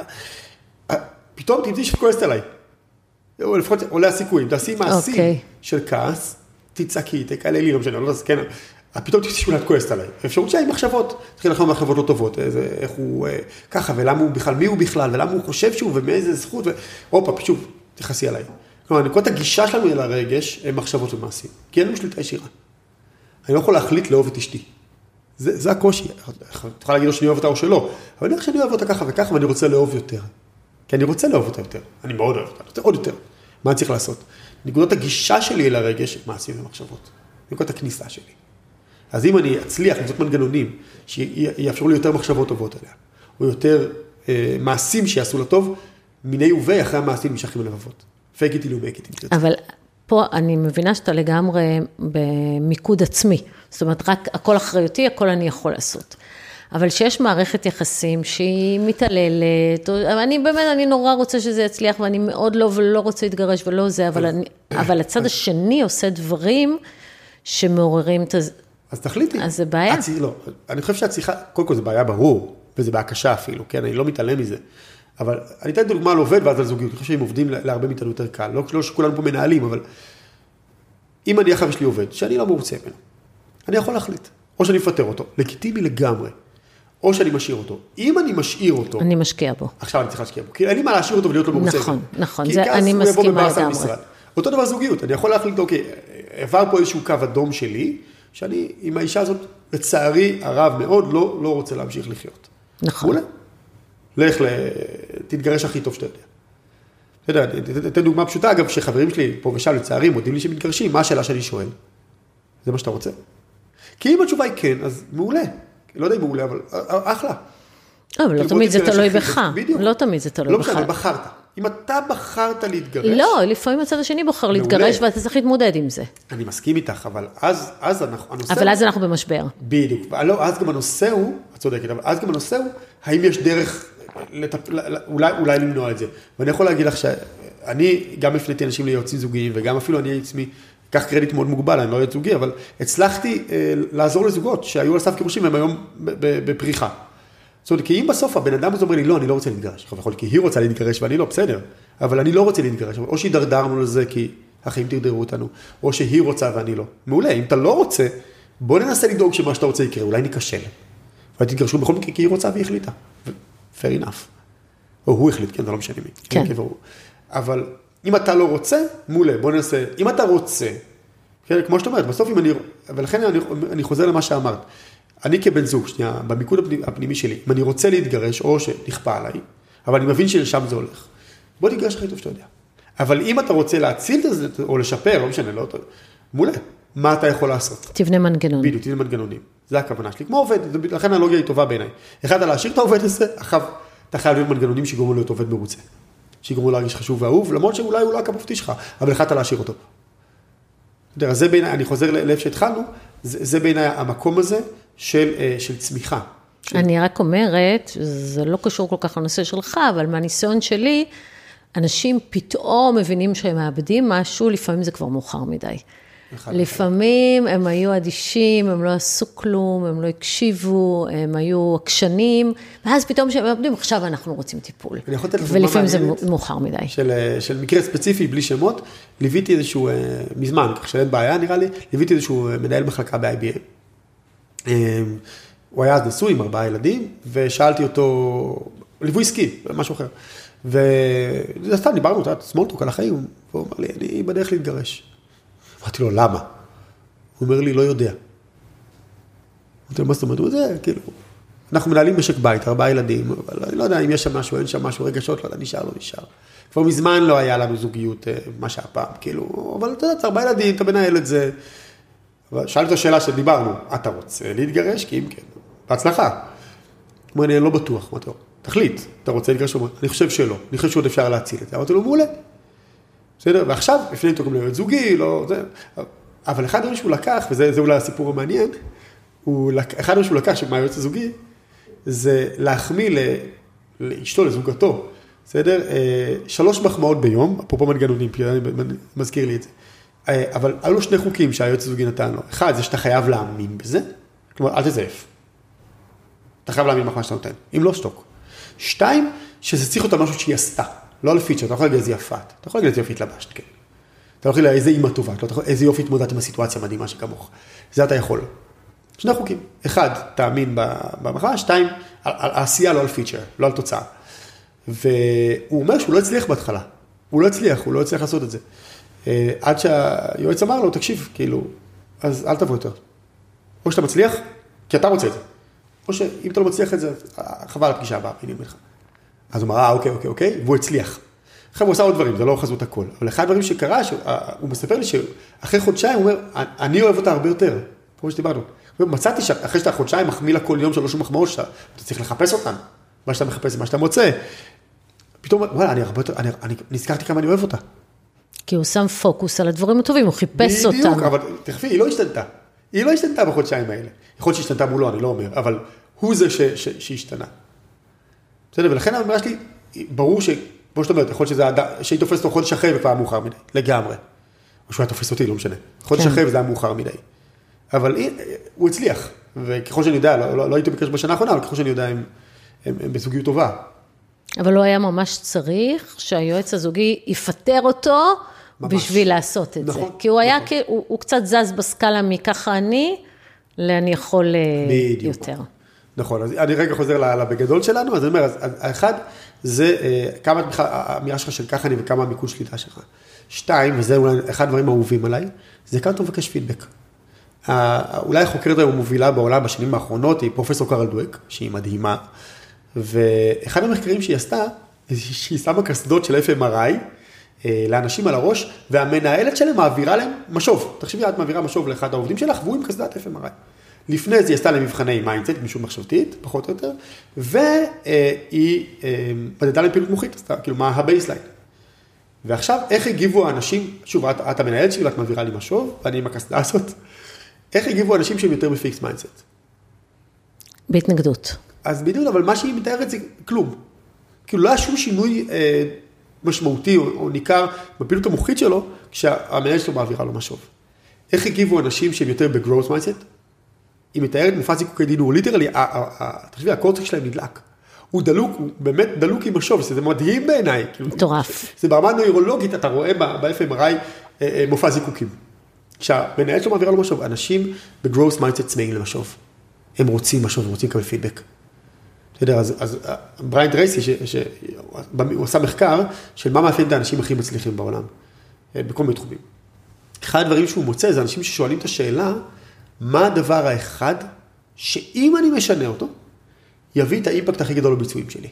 פתאום תמצאי שתכועסת עליי. או לפחות עולה הסיכוי, אם תעשי מעשים של כעס, תצעקי, תקללי, לא משנה, לא יודע, כן, פתאום תשאולה את כועסת עליי. האפשרות שלה היא מחשבות, תתחיל לחשוב מחשבות לא טובות, איך הוא ככה, ולמה הוא בכלל, מי הוא בכלל, ולמה הוא חושב שהוא, ומאיזה זכות, ואופה, שוב, תכעסי עליי. כלומר, נקודת הגישה שלנו אל הרגש, הם מחשבות ומעשים, כי אין לנו שליטה ישירה. אני לא יכול להחליט לאהוב את אשתי. זה הקושי. תוכל להגיד לו שאני אוהב אותה או שלא, אבל אני חושב שאני אוהב אותה ככה וככה, ואני רוצה לאהוב יותר. כי אני רוצה לאהוב אותה יותר. אני מאוד אוהב אותה, אני רוצה עוד יותר. מה אני צריך לעשות? נקודת הגישה שלי אל הרגש, מעשים ומחשבות. נקודת הכניסה שלי. אז אם אני אצליח למצוא מנגנונים שיאפשרו לי יותר מחשבות טובות עליה, או יותר מעשים שיעשו לה טוב, מיני ובי אחרי המעשים נמשכים הלבבות. fake it till you make it. אבל פה אני מבינה שאתה לגמרי במיקוד עצמי. זאת אומרת, רק הכל אחריותי, הכל אני יכול לעשות. אבל שיש מערכת יחסים שהיא מתעללת, אני נורא רוצה שזה יצליח, ואני מאוד לא רוצה להתגרש ולא זה, אבל הצד השני עושה דברים שמעוררים את זה. אז תחליטי. אז זה בעיה. לא, אני חושב שאת צריכה, קודם כל זה בעיה ברור, וזה בעיה קשה אפילו, כן, אני לא מתעלם מזה. אבל אני אתן דוגמה על עובד ואז על זוגיות, אני חושב שהם עובדים להרבה מאיתנו יותר קל, לא שכולנו פה מנהלים, אבל אם אני אחר יש לי עובד, שאני לא מרוצה ממנו, אני יכול להחליט, או שאני מפטר אותו, לגיטימי לגמרי, או שאני משאיר אותו. אם אני משאיר אותו... אני משקיע בו. עכשיו אני צריך להשקיע בו, כי אין לי מה להשאיר אותו ולהיות לא מרוצה. נכון, זה אני מסכימה לגמרי. אותו דבר זוגיות, אני יכול להחליט, אוקיי, עבר פה איזשהו קו אדום שלי, שאני עם האישה הזאת, לצערי הרב מאוד, לא רוצה להמשיך לחיות. נכון. לך, תתגרש הכי טוב שאתה יודע. אתה יודע, אתן דוגמה פשוטה, אגב, שחברים שלי פה ושם לצערי מודים לי שמתגרשים, מה השאלה שאני שואל? זה מה שאתה רוצה? כי אם התשובה היא כן, אז מעולה. לא יודע אם מעולה, אבל אחלה. אבל לא תמיד זה תלוי בך. לא תמיד זה תלוי בך. לא משנה, בחרת. אם אתה בחרת להתגרש... לא, לפעמים הצד השני בוחר להתגרש, ואתה צריך להתמודד עם זה. אני מסכים איתך, אבל אז הנושא... אבל אז אנחנו במשבר. בדיוק. לא, אז גם הנושא הוא, את צודקת, אבל אז גם הנושא הוא, האם יש דרך, אולי למנוע את זה. ואני יכול להגיד לך שאני גם הפניתי אנשים ליועצים זוגיים, וגם אפילו אני עצמי, כך קרדיט מאוד מוגבל, אני לא יועץ זוגי, אבל הצלחתי לעזור לזוגות שהיו על סף גירושים, והם היום בפריחה. זאת אומרת, כי אם בסוף הבן אדם הזה אומר לי, לא, אני לא רוצה להתגרש. יכול להיות, כי היא רוצה להתגרש ואני לא, בסדר. אבל אני לא רוצה להתגרש. או שהידרדרנו לזה כי החיים תרדרו אותנו, או שהיא רוצה ואני לא. מעולה, אם אתה לא רוצה, בוא ננסה לדאוג שמה שאתה רוצה יקרה, אולי ניקשל. ואולי תתגרשו בכל מקרה, כי היא רוצה והיא החליטה. fair enough. או הוא החליט, כן, זה לא משנה מי. כן. אבל אם אתה לא רוצה, מעולה, בוא ננסה. אם אתה רוצה, כן, כמו שאת אומרת, בסוף אם אני, ולכן אני חוזר למה שאמרת. אני כבן זוג, שנייה, במיקוד הפנימי שלי, אם אני רוצה להתגרש, או שנכפה עליי, אבל אני מבין שלשם זה הולך. בוא תתגרש הכי טוב שאתה יודע. אבל אם אתה רוצה להציל את זה, או לשפר, לא משנה, לא, מעולה, מה אתה יכול לעשות? תבנה מנגנון. בדיוק, תבנה מנגנונים. זה הכוונה שלי. כמו עובד, לכן האנלוגיה היא טובה בעיניי. אחד, להשאיר את העובד הזה, אחר אתה חייב להיות מנגנונים שגורמו להיות עובד מרוצה. שגורמו להרגיש חשוב ואהוב, למרות שאולי הוא לא הקפופתי שלך, אבל אחד, להשאיר אותו. זה בעיניי, אני חוזר לאיפה שהתחלנו, זה בעיניי המקום הזה של צמיחה. אני רק אומרת, זה לא קשור כל כך לנושא שלך, אבל מהניסיון שלי, אנשים פתאום מבינים שהם מאבדים משהו, לפעמים זה כבר מאוחר מדי. לפעמים הם היו אדישים, הם לא עשו כלום, הם לא הקשיבו, הם היו עקשנים, ואז פתאום שהם מאבדים, עכשיו אנחנו רוצים טיפול. ולפעמים זה מאוחר מדי. של מקרה ספציפי, בלי שמות, ליוויתי איזשהו, מזמן, כך שאין בעיה נראה לי, ליוויתי איזשהו מנהל מחלקה ב-IBM. הוא היה אז נשוי עם 4 ילדים, ושאלתי אותו, ליווי עסקי, משהו אחר. וזה סתם, דיברנו, סמולטוק על החיים, והוא אמר לי, אני בדרך להתגרש. אמרתי לו, למה? הוא אומר לי, לא יודע. אמרתי לו, מה זאת אומרת? זה, כאילו, אנחנו מנהלים משק בית, 4 ילדים, אבל אני לא יודע אם יש שם משהו, אין שם משהו, רגשות, לא יודע, נשאר, לא נשאר. כבר מזמן לא היה לנו זוגיות, מה שהיה פעם, כאילו, אבל אתה יודע, 4 ילדים, אתה מנהל את זה. שאלתי את השאלה שדיברנו, אתה רוצה להתגרש? כי אם כן, בהצלחה. הוא אומר, אני לא בטוח, אמרתי לו, תחליט, אתה רוצה להתגרש? אני חושב שלא, אני חושב שעוד אפשר להציל את זה. אמרתי לו, מעולה. בסדר? ועכשיו, לפני אותו גם להיות זוגי, לא, זה, אבל אחד הדברים שהוא לקח, וזה אולי הסיפור המעניין, אחד הדברים שהוא לקח מהיועץ הזוגי, זה להחמיא לאשתו, לזוגתו, בסדר? 3 מחמאות ביום, אפרופו מנגנונים, מזכיר לי את זה. אבל היו לו 2 חוקים שהיועץ הזוגי נתן לו. אחד, זה שאתה חייב להאמין בזה, כלומר, אל תזייף. אתה חייב להאמין מה שאתה נותן, אם לא שתוק. 2, שזה צריך אותה משהו שהיא עשתה, לא על פיצ'ר, אתה יכול להגיד איזה יפת, אתה יכול להגיד איזה יופי התלבשת, כן. אתה יכול להגיד איזה אימא טובה, איזה יופי התמודדת עם הסיטואציה מדהימה שכמוך. זה אתה יכול. 2 חוקים. 1, תאמין במחאה, 2, על העשייה, לא על פיצ'ר, לא על תוצאה. והוא אומר שהוא לא הצליח בהתחלה. הוא לא הצליח לעשות את זה. עד שהיועץ אמר לו, תקשיב, כאילו, אז אל תבוא יותר. או שאתה מצליח, כי אתה רוצה את זה. או שאם אתה לא מצליח את זה, חבל הפגישה הבאה, אני אומר לך. אז הוא אמר, אוקיי, והוא הצליח. אחרי הוא עושה עוד דברים, זה לא חזות הכל. אבל אחד הדברים שקרה, הוא מספר לי שאחרי חודשיים, הוא אומר, אני אוהב אותה הרבה יותר. כמו שדיברנו. מצאתי שאחרי שאתה חודשיים מחמיא לה כל יום 3 מחמאות, אתה צריך לחפש אותן. מה שאתה מחפש זה מה שאתה מוצא. פתאום, וואלה, אני נזכרתי כמה אני אוהב אותה. כי הוא שם פוקוס על הדברים הטובים, הוא חיפש אותם. בדיוק, אבל תכפי, היא לא השתנתה. היא לא השתנתה בחודשיים האלה. יכול להיות שהשתנתה מולו, אני לא אומר, אבל הוא זה שהשתנה. בסדר, ולכן האמירה שלי, ברור כמו שאתה אומרת, יכול להיות שהיא תופסת אותו חודש אחרי וכבר מאוחר מדי, לגמרי. או שהוא היה תופס אותי, לא משנה. חודש אחרי וזה היה מאוחר מדי. אבל הוא הצליח, וככל שאני יודע, לא הייתי בקשר בשנה האחרונה, אבל ככל שאני יודע, הם בזוגיות טובה. אבל לא היה ממש צריך שהיועץ הזוגי יפטר אותו בשביל לעשות את זה. כי הוא היה, הוא קצת זז בסקאלה מככה אני יכול יותר. נכון, אז אני רגע חוזר לבגדול שלנו, אז אני אומר, האחד, זה כמה האמירה שלך של ככה אני וכמה המיקוד שליטה שלך. 2, וזה אולי אחד הדברים האהובים עליי, זה כמה אתה מבקש פידבק. אולי החוקרת היום מובילה בעולם בשנים האחרונות, היא פרופסור קרל דואק, שהיא מדהימה, ואחד המחקרים שהיא עשתה, שהיא שמה קסדות של FMRI לאנשים על הראש, והמנהלת שלהם מעבירה להם משוב. תחשבי, את מעבירה משוב לאחד העובדים שלך, והוא עם קסדת FMRI. לפני זה היא עשתה להם מבחני מיינדסט, משום מחשבתית, פחות או יותר, והיא מדדה להם פעילות מוחית, כאילו מה הבייסליין. ועכשיו, איך הגיבו האנשים, שוב, את המנהלת שלי, ואת מעבירה לי משוב, ואני עם הקסדה הזאת, איך הגיבו אנשים שהם יותר בפיקס מיינדסט? בהתנגדות. אז בדיוק, אבל מה שהיא מתארת זה כלום. כאילו לא היה שום שינוי משמעותי או ניכר בפעילות המוחית שלו, כשהמנהל שלו מעבירה לו משוב. איך הגיבו אנשים שהם יותר בגרוס מיינדסט? היא מתארת מופע זיקוקי דין, הוא ליטרלי, תחשבי, הקורטקס שלהם נדלק. הוא דלוק, הוא באמת דלוק עם משוב, זה מדהים בעיניי. מטורף. זה ברמה נוירולוגית, אתה רואה ב-FMRI מופע זיקוקים. כשהמנהל שלו מעבירה לו משוב, אנשים בגרוס מיינדסט צמאים למשוב. הם רוצים משוב, הם רוצים לקבל פידבק. אתה יודע, אז בריין טרייסי, הוא עשה מחקר של מה מאפיין את האנשים הכי מצליחים בעולם, בכל מיני תחומים. אחד הדברים שהוא מוצא, זה אנשים ששואלים את השאלה, מה הדבר האחד, שאם אני משנה אותו, יביא את האימפקט הכי גדול לביצועים שלי.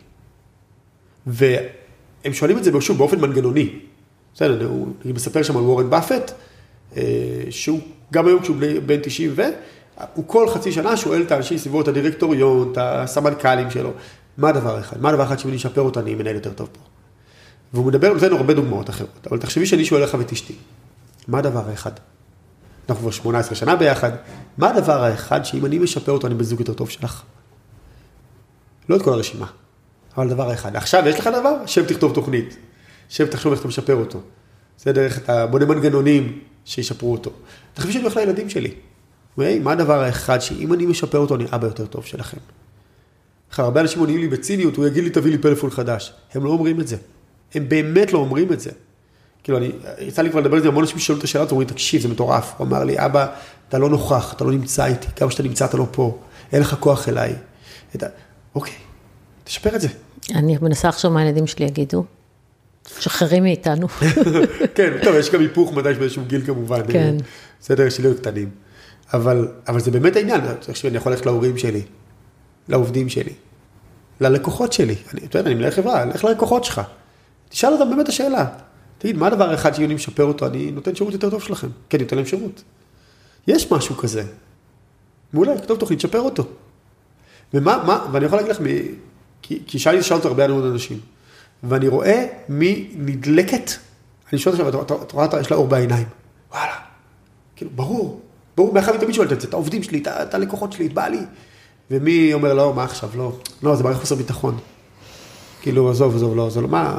והם שואלים את זה שוב באופן מנגנוני. בסדר, אני מספר שם על וורן באפט, שהוא גם היום כשהוא בן 90 הוא כל חצי שנה שואל את האנשים סביבו, את הדירקטוריון, את הסמנכ"לים שלו, מה הדבר אחד? מה הדבר אחד שאם אני אשפר אותה, אני מנהל יותר טוב פה? והוא מדבר, נותן הרבה דוגמאות אחרות, אבל תחשבי שאני שואל לך ואת אשתי, מה הדבר האחד? אנחנו כבר 18 שנה ביחד, מה הדבר האחד שאם אני משפר אותו, אני בזוג יותר טוב שלך? לא את כל הרשימה, אבל הדבר האחד. עכשיו יש לך דבר? שב תכתוב תוכנית, שב תחשוב איך אתה משפר אותו. זה דרך, אתה בונה מנגנונים שישפרו אותו. תחשבי שאני הולך לילדים שלי. מה הדבר האחד שאם אני משפר אותו, אני אבא יותר טוב שלכם? הרבה אנשים עונים לי בציניות, הוא יגיד לי, תביא לי פלאפון חדש. הם לא אומרים את זה. הם באמת לא אומרים את זה. כאילו, יצא לי כבר לדבר את זה, המון אנשים ששאלו את השאלה, אומרים, תקשיב, זה מטורף. הוא אמר לי, אבא, אתה לא נוכח, אתה לא נמצא איתי, כמה שאתה נמצא, אתה לא פה, אין לך כוח אליי. אוקיי, תשפר את זה. אני מנסה עכשיו מה הילדים שלי יגידו, שחררים מאיתנו. כן, טוב, יש גם היפוך מדי באיזשהו גיל כמובן. כן. בסדר, שלי קטנים. אבל זה באמת העניין. עכשיו אני יכול ללכת להורים שלי, לעובדים שלי, ללקוחות שלי. אני מנהל חברה, לך ללקוחות שלך. תשאל אותם באמת השאלה. תגיד, מה הדבר אחד שאני משפר אותו? אני נותן שירות יותר טוב שלכם. כן, אני נותן להם שירות. יש משהו כזה. מעולה, כתוב תוכנית, תשפר אותו. ואני יכול להגיד לך, כי שאלתי אותו הרבה מאוד אנשים, ואני רואה מי נדלקת, אני שואל עכשיו, אתה רואה, יש לה אור בעיניים. וואלה, כאילו, ברור, מאחר תמיד שואלת את זה, את העובדים שלי, את הלקוחות שלי, את בעלי. ומי אומר, לא, מה עכשיו, לא, זה מערכת חוסר ביטחון. כאילו, עזוב, לא, זה לא, מה...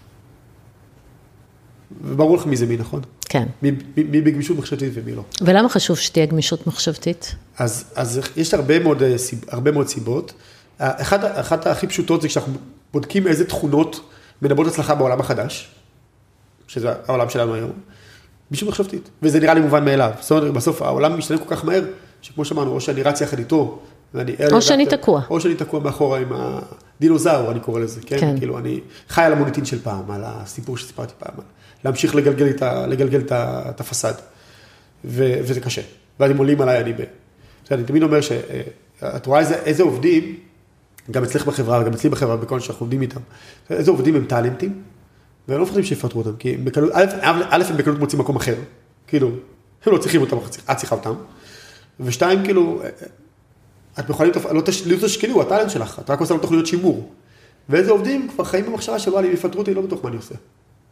וברור לך מי זה מי, נכון? כן. מי בגמישות מחשבתית ומי לא. ולמה חשוב שתהיה גמישות מחשבתית? אז יש הרבה מאוד סיבות. אחת הכי פשוטות זה כשאנחנו בודקים איזה תכונות מנבאות הצלחה בעולם החדש, שזה העולם שלנו היום, גמישות מחשבתית. וזה נראה לי מובן מאליו. זאת אומרת, בסוף העולם משתנה כל כך מהר, שכמו שאמרנו, או שאני רץ יחד איתו, או שאני תקוע. או שאני תקוע מאחורה עם הדינוזאור, אני קורא לזה, כן? כאילו, אני חי על המוניטין של פעם, על הסיפור שסיפרתי פעם, להמשיך לגלגל את הפסד, וזה קשה. ואז הם עולים עליי, אני תמיד אומר שאת רואה איזה עובדים, גם אצלך בחברה, וגם אצלי בחברה, בכל שאנחנו עובדים איתם, איזה עובדים הם טלנטים, והם לא מפחדים שיפטרו אותם, כי א', הם בקלות מוצאים מקום אחר, כאילו, הם לא צריכים אותם, את צריכה אותם, ושתיים, כאילו, את יכולה לא תשקלו, הטלנט שלך, את רק עושה לו תוכניות שימור, ואיזה עובדים כבר חיים במחשבה שבא לי, יפטרו אותי, לא בטוח מה אני עושה.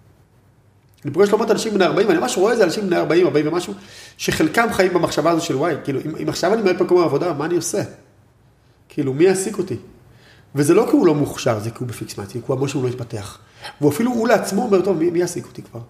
אני פוגש לא מעט אנשים בני 40, ואני ממש רואה איזה אנשים בני 40 ומשהו, שחלקם חיים במחשבה הזו של וואי, כאילו, אם עכשיו אני מעט מקום העבודה, מה אני עושה? כאילו, מי יעסיק אותי? וזה לא כי הוא לא מוכשר, זה כי הוא בפיקסמציה, כי הוא אמר שהוא לא יתפתח. ואפילו הוא לעצמו אומר, טוב, מי יעסיק אותי כבר?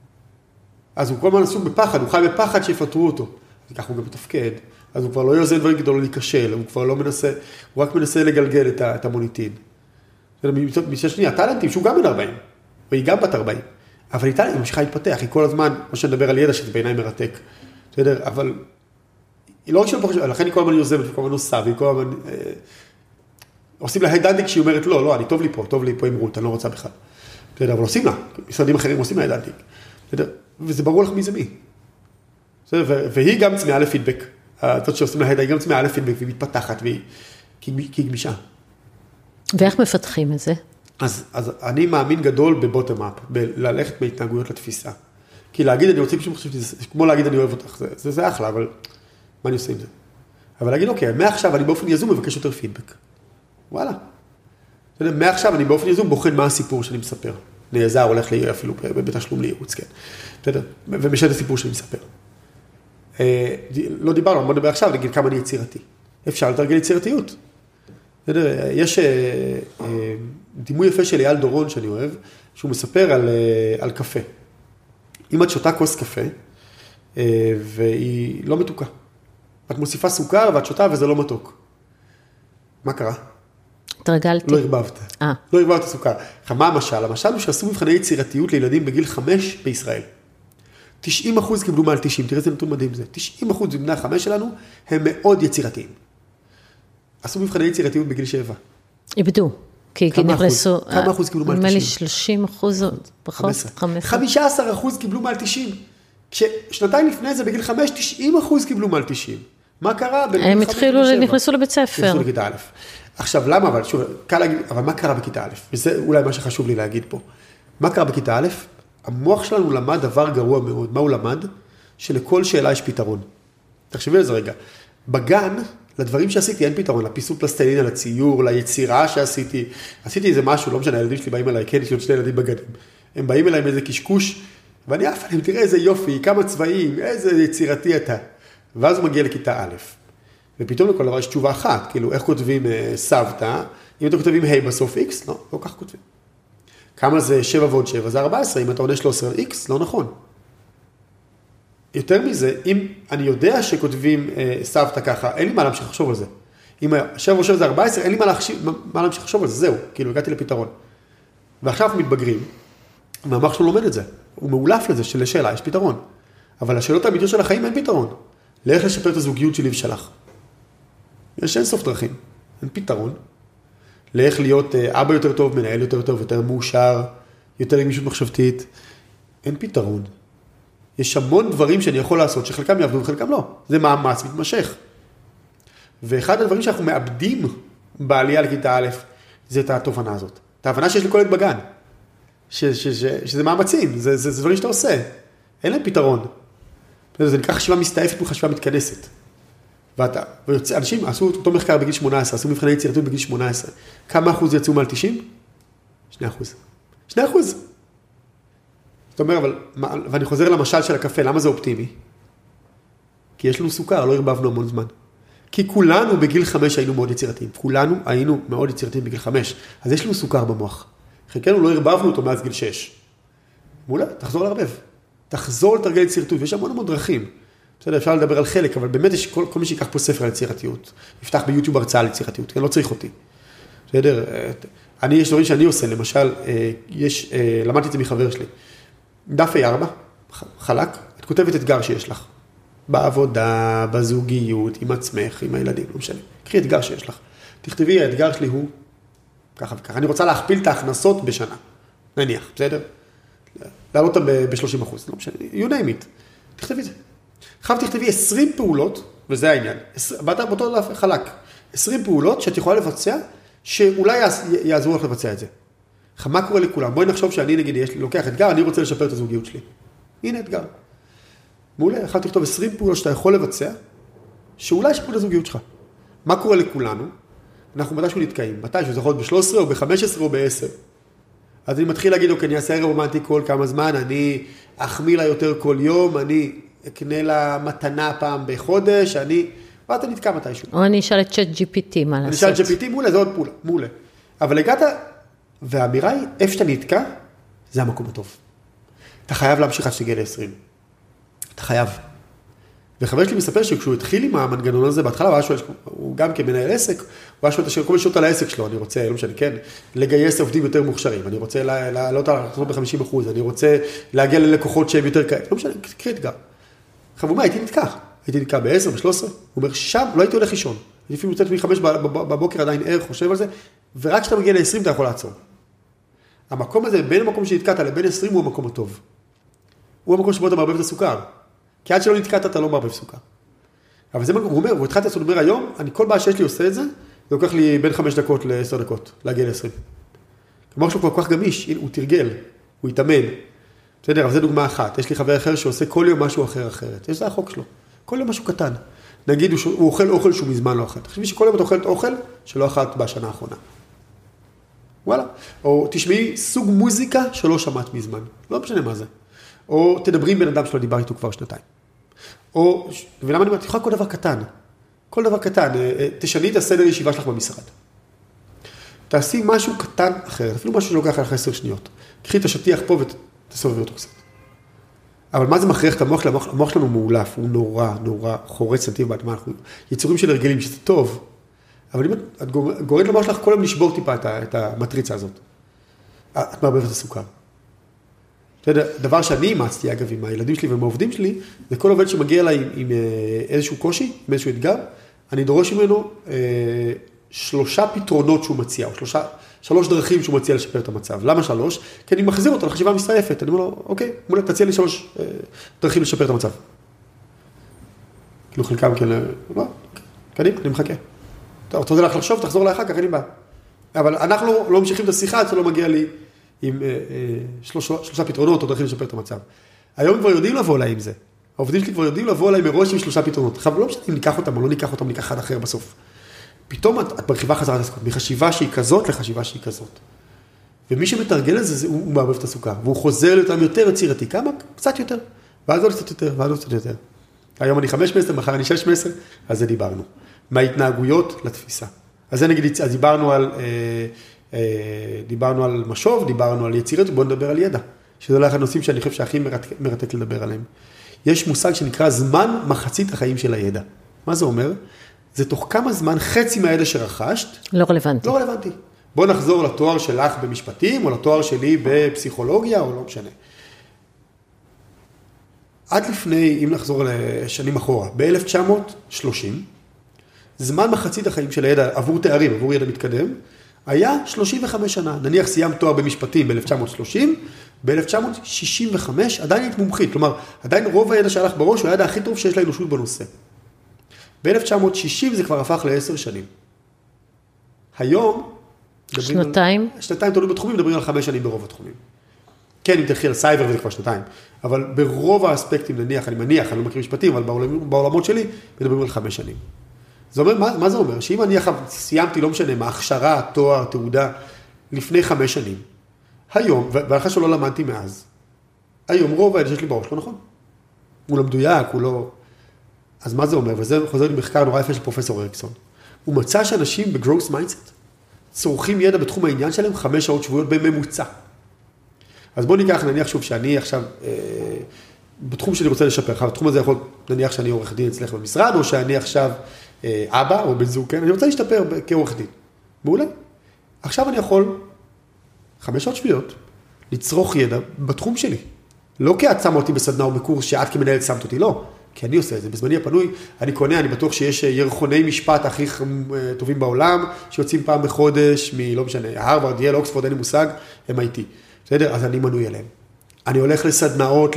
אז הוא כל הזמן עסוק בפחד, הוא חי בפחד שיפטרו אותו. וכך הוא גם מתפקד, אז הוא כבר לא יוזן דברים גדולים להיכשל, הוא כבר לא מנסה, הוא רק מנסה לגלגל את המוניטין. מצד שני, הטלנטים, שהוא גם בן 40, והיא גם בת 40, אבל היא טלנטים, ממשיכה להתפתח, היא כל הזמן, כמו שנדבר על ידע, שזה בעיניי מרתק, בסדר? אבל היא לא רק שלא פחות, לכן היא כל הזמן יוזמת, וכל הזמן עושה, והיא כל הזמן, עושים לה הדנדיק שהיא אומרת, לא, אני טוב לי פה עם רות, אני לא רוצה בכלל. בסדר, אבל עושים לה, משרדים אחרים עושים לה הדנדיק. בסדר? וזה ברור לך מי זה מי. בסדר? והיא גם צמאה לפידבק. זאת שעושים לה הדנדיק, היא גם צמאה לפידבק, והיא מתפתחת, כי היא גמישה. ואיך מפתחים את זה? אז אני מאמין גדול בבוטם-אפ, בללכת בהתנהגויות לתפיסה. כי להגיד, אני רוצה משהו מחשבתי, זה כמו להגיד, אני אוהב אותך, זה אחלה, אבל מה אני עושה עם זה? אבל להגיד, אוקיי, מעכשיו אני באופן יזום מבקש יותר פידבק. וואלה. מעכשיו אני באופן יזום בוחן מה הסיפור שאני מספר. נעזר, הולך לי אפילו בתשלום לייעוץ, כן. ומשנה את הסיפור שאני מספר. לא דיברנו, בוא נדבר עכשיו, נגיד כמה אני יצירתי. אפשר לתרגל יצירתיות. יש דימוי יפה של אייל דורון שאני אוהב, שהוא מספר על קפה. אם את שותה כוס קפה, והיא לא מתוקה. את מוסיפה סוכר ואת שותה וזה לא מתוק. מה קרה? התרגלתי. לא הרבבת. לא הרבבת סוכר. מה המשל? המשל הוא שעשו מבחני יצירתיות לילדים בגיל 5 בישראל. 90% קיבלו מעל 90, תראה איזה נתון מדהים זה. 90% מבני ה5 שלנו הם מאוד יצירתיים. עשו מבחני יצירתיות בגיל 7. איבדו. כמה אחוז קיבלו מעל 90? 30% פחות? 15% קיבלו מעל 90. כששנתיים לפני זה בגיל 5, 90% קיבלו מעל 90. מה קרה? הם נכנסו לבית ספר. נכנסו לכיתה א'. עכשיו, למה? אבל שוב, קל להגיד, אבל מה קרה בכיתה א'? וזה אולי מה שחשוב לי להגיד פה. מה קרה בכיתה א'? המוח שלנו למד דבר גרוע מאוד. מה הוא למד? שלכל שאלה יש פתרון. תחשבי על זה רגע. בגן, לדברים שעשיתי אין פתרון, לפיסול פלסטלינה, לציור, ליצירה שעשיתי. עשיתי איזה משהו, לא משנה, הילדים שלי באים אליי, כן, יש לי עוד 2 ילדים בגנים. הם באים אליי עם איזה קשקוש, ואני אף פעם, תראה איזה יופי, כמה צבעים, איזה יצירתי אתה. ואז הוא מגיע לכיתה א', ופתאום לכל דבר יש תשובה אחת, כאילו, איך כותבים סבתא, אם אתה כותבים היי בסוף X, לא כך כותבים. כמה זה 7 ועוד 7, זה 14, אם אתה עונה 13 X, לא נכון. יותר מזה, אם אני יודע שכותבים סבתא ככה, אין לי מה להמשיך לחשוב על זה. אם 7 או 7 זה 14, אין לי מה להמשיך לחשוב על זה, זהו, כאילו, הגעתי לפתרון. ועכשיו אנחנו מתבגרים, והמוח שלנו לומד את זה, הוא מאולף לזה שלשאלה יש פתרון. אבל השאלות האמיתיות של החיים אין פתרון. לאיך לשפר את הזוגיות שלי ושלך. יש אין סוף דרכים, אין פתרון. לאיך להיות אבא יותר טוב, מנהל יותר טוב, יותר מאושר, יותר גמישות מחשבתית, אין פתרון. יש המון דברים שאני יכול לעשות, שחלקם יעבדו וחלקם לא. זה מאמץ מתמשך. ואחד הדברים שאנחנו מאבדים בעלייה לכיתה א', זה את התובנה הזאת. את ההבנה שיש לכל ילד בגן. שזה מאמצים, זה דברים שאתה עושה. אין להם פתרון. זה נקרא חשיבה מסתעפת וחשיבה מתכנסת. ואנשים עשו אותו מחקר בגיל 18, עשו מבחני יצירתיות בגיל 18. כמה אחוז יצאו מעל 90? 2%. 2%. זאת אומרת, ואני חוזר למשל של הקפה, למה זה אופטימי? כי יש לנו סוכר, לא הרבבנו המון זמן. כי כולנו בגיל 5 היינו מאוד יצירתיים. כולנו היינו מאוד יצירתיים בגיל 5. אז יש לנו סוכר במוח. חלקנו לא הרבבנו אותו מאז גיל 6. מעולה, תחזור להרבב. תחזור לתרגל יצירתיות, ויש המון דרכים. בסדר, אפשר לדבר על חלק, אבל באמת יש כל מי שיקח פה ספר על יצירתיות. יפתח ביוטיוב הרצאה על יצירתיות, כן, לא צריך אותי. בסדר, יש דברים שאני עושה, למשל, למדתי את זה מחבר שלי. דף A4, חלק, את כותבת אתגר שיש לך. בעבודה, בזוגיות, עם עצמך, עם הילדים, לא משנה. קחי אתגר שיש לך. תכתבי, האתגר שלי הוא ככה וככה. אני רוצה להכפיל את ההכנסות בשנה. נניח, בסדר? להעלות אותם ב-30%, לא משנה. You name it. תכתבי את זה. עכשיו תכתבי 20 פעולות, וזה העניין. באותו דף חלק. 20 פעולות שאת יכולה לבצע, שאולי יעזרו לך לבצע את זה. מה קורה לכולם? בואי נחשוב שאני נגיד, לוקח אתגר, אני רוצה לשפר את הזוגיות שלי. הנה אתגר. מעולה, אחת תכתוב 20 פעולות שאתה יכול לבצע, שאולי ישפרו את הזוגיות שלך. מה קורה לכולנו? אנחנו מתישהו נתקעים. מתישהו זה יכול להיות ב-13 או ב-15 או ב-10. אז אני מתחיל להגיד, אוקיי, אני אעשה ערב רומנטי כל כמה זמן, אני אחמיא לה יותר כל יום, אני אקנה לה מתנה פעם בחודש, ואתה נתקע מתישהו. או אני אשאל את ChatGPT מה לעשות. אני אשאל את GPT, מעולה, זה עוד פעולה, מעולה. אבל הגעת, והאמירה היא, איפה שאתה נתקע, זה המקום הטוב. אתה חייב להמשיך עד שתגיע ל-20. אתה חייב. וחבר שלי מספר שכשהוא התחיל עם המנגנון הזה, בהתחלה הוא גם כמנהל עסק, הוא היה שואל כל מיני שעות על העסק שלו, אני רוצה, לא משנה, כן, לגייס עובדים יותר מוכשרים, אני רוצה לעלות על הכנסות ב-50%, אני רוצה להגיע ללקוחות שהם יותר כאלה, לא משנה, קריא אתגר. עכשיו הוא אומר, הייתי נתקע ב-10, ב-13, הוא אומר, שם לא הייתי הולך לישון, אני לפעמים יוצאת מ-5 בבוקר עדיין ערך, חושב על זה, ורק כשאתה מגיע ל-20 אתה יכול לעצור. המקום הזה, בין המקום שנתקעת לבין 20 הוא המקום הטוב. הוא המקום שבו אתה מערבב את הסוכר. כי עד שלא נתקעת אתה לא מערבב סוכר. אבל זה מה הוא אומר, הוא התחלתי לעשות, הוא אומר היום, אני כל בעיה שיש לי עושה את זה, זה לוקח לי בין 5 דקות ל-10 דקות, להגיע ל-20. כלומר שלו כל כך גמיש, הוא תרגל, הוא יתאמן. בסדר, אבל זו דוגמה אחת. יש לי חבר אחר שעושה כל יום משהו אחרת. זה החוק שלו. כל יום משהו קטן. נגיד, הוא אוכל אוכל שהוא מזמן לא אכל. תחשבי שכל יום אתה אוכלת אוכל שלא אכלת בשנה האחרונה. וואלה. או תשמעי סוג מוזיקה שלא שמעת מזמן. לא משנה מה זה. או תדברי עם בן אדם שלא דיבר איתו כבר 2. או, ולמה אני אומרת, תוכל כל דבר קטן. כל דבר קטן. תשני את הסדר ישיבה שלך במשרד. תעשי משהו קטן אחרת. אפילו משהו שלוקח לך 10 שניות. קחי את השטיח פה ותסובבי אותו קצת. אבל מה זה מכריח את המוח? המוח שלנו מעולף. הוא נורא חורץ נתיב באדמה. אנחנו יצורים של הרגלים, שזה טוב. אבל אם את גורמת למוח שלך כל יום לשבור טיפה את המטריצה הזאת. את מערבבת את הסוכר. דבר שאני אימצתי, אגב, עם הילדים שלי ועם העובדים שלי, זה כל עובד שמגיע אליי עם איזשהו קושי, עם איזשהו אתגר, אני דורש ממנו 3 פתרונות שהוא מציע, או 3 דרכים שהוא מציע לשפר את המצב. למה 3? כי אני מחזיר אותו לחשיבה מסתעפת. אני אומר לו, אוקיי, מולה, תציע לי 3 דרכים לשפר את המצב. כאילו חלקם כאלה, לא, קדימה, אני מחכה. אתה רוצה לחשוב, תחזור לאחר כך, אני בא. אבל אנחנו לא ממשיכים את השיחה, עד שלא מגיע לי עם 3 פתרונות או דרכים לשפר את המצב. היום כבר יודעים לבוא אליי עם זה. העובדים שלי כבר יודעים לבוא אליי מראש עם 3 פתרונות. עכשיו, לא משנה אם ניקח אותם או לא ניקח אותם, ניקח אחד אחר בסוף. פתאום את מרחיבה חזרת הסוכר, מחשיבה שהיא כזאת לחשיבה שהיא כזאת. ומי שמתרגל את זה, הוא מערבב את הסוכר, והוא חוזר לאותם יותר יצירתי, כמה? קצת יותר. ואז עוד קצת יותר, ואז עוד קצת יותר. היום אני 5 מחר אני 6 אז זה דיברנו. מההתנהגויות לתפיסה. אז זה נגיד, אז דיברנו על משוב, דיברנו על יצירת, בואו נדבר על ידע. שזה לא אחד הנושאים שאני חושב שהכי מרתק לדבר עליהם. יש מושג שנקרא זמן מחצית החיים של הידע. מה זה אומר? זה תוך כמה זמן חצי מהידע שרכשת. לא רלוונטי. לא רלוונטי. בואו נחזור לתואר שלך במשפטים, או לתואר שלי בפסיכולוגיה, או לא משנה. עד לפני, אם נחזור לשנים אחורה, ב-1930, זמן מחצית החיים של הידע עבור תארים, עבור ידע מתקדם, היה 35 שנה. נניח סיימת תואר במשפטים ב-1930, ב-1965 עדיין היית מומחית. כלומר, עדיין רוב הידע שהלך בראש הוא הידע הכי טוב שיש לאנושות בנושא. ב-1960 זה כבר הפך ל10 שנים. שנתיים? שנתיים תלוי בתחומים, מדברים על 5 שנים ברוב התחומים. כן, אם תלכי על סייבר וזה כבר שנתיים. אבל ברוב האספקטים, נניח, אני לא מכיר משפטים, אבל בעולמות שלי, מדברים על 5 שנים. זה אומר, מה זה אומר? שאם אני סיימתי, לא משנה, מהכשרה, תואר, תעודה, לפני 5 שנים, היום, ואחרי שלא למדתי מאז, היום רוב הידע שיש לי בראש, לא נכון. הוא לא מדויק, הוא לא... אז מה זה אומר? וזה חוזר לי מחקר נורא יפה של פרופסור אריקסון. הוא מצא שאנשים בגרוס מיינדסט צורכים ידע בתחום העניין שלהם 5 שעות שבועיות בממוצע. אז בוא ניקח, נניח שוב שאני עכשיו, בתחום שאני רוצה לשפר, בתחום הזה יכול, נניח שאני עורך דין אצלך במשרד, או שאני עכשיו אבא או בן זוג, כן? אני רוצה להשתפר כעורך דין. מעולה. עכשיו אני יכול 5 שעות שבועיות לצרוך ידע בתחום שלי. לא כי את שמה אותי בסדנה או בקורס שאת כמנהלת שמת אותי, לא. כי אני עושה את זה. בזמני הפנוי, אני קונה, אני בטוח שיש ירחוני משפט הכי טובים בעולם, שיוצאים פעם בחודש, לא משנה, הרווארד, יל, אוקספורד, אין לי מושג, MIT. בסדר? אז אני מנוי אליהם. אני הולך לסדנאות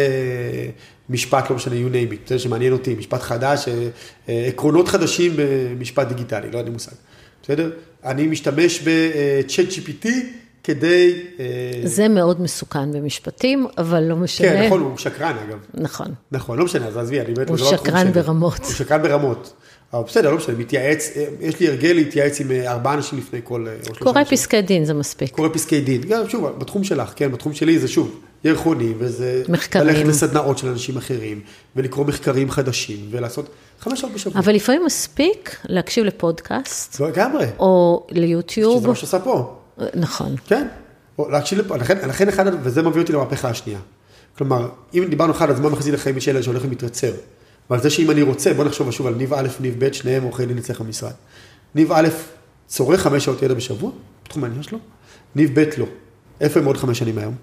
למשפט, לא משנה, you name it, זה שמעניין אותי, משפט חדש, עקרונות חדשים במשפט דיגיטלי, לא אין לי מושג. בסדר? אני משתמש ב-ChatGPT כדי... זה מאוד מסוכן במשפטים, אבל לא משנה. כן, נכון, הוא שקרן אגב. נכון. נכון, לא משנה, אז עזבי, אני באמת... הוא שקרן ברמות. הוא שקרן ברמות. אבל בסדר, לא משנה, מתייעץ, יש לי הרגל להתייעץ עם 4 אנשים לפני כל... קורא פסקי דין, זה מספיק. קורא פסקי דין. גם, שוב, בתחום שלך, כן, בתחום שלי זה שוב, ירחוני, וזה... מחקרים. ללכת לסדנאות של אנשים אחרים, ולקרוא מחקרים חדשים, ולעשות 5 שעות בשבוע. אבל לפעמים מספיק להקשיב לפודקאסט. לא, לגמרי. או ליוטיוב. שזה מה שעושה פה. נכון. כן. או להקשיב לפה, לכן אחד, וזה מביא אותי למהפכה השנייה. כלומר, אם דיברנו אחד, אז מה מחזיק לחיים של ילד שהולך ומתרצר? אבל זה שאם אני רוצה, בוא נחשוב שוב על ניב א', ניב ב', שניהם עורכי דין אצלך במשרד. ניב א', צורך 5 שעות ידע בשבוע, בתחום העניין שלו, ניב ב' לא. איפה הם עוד 5 שנים היום?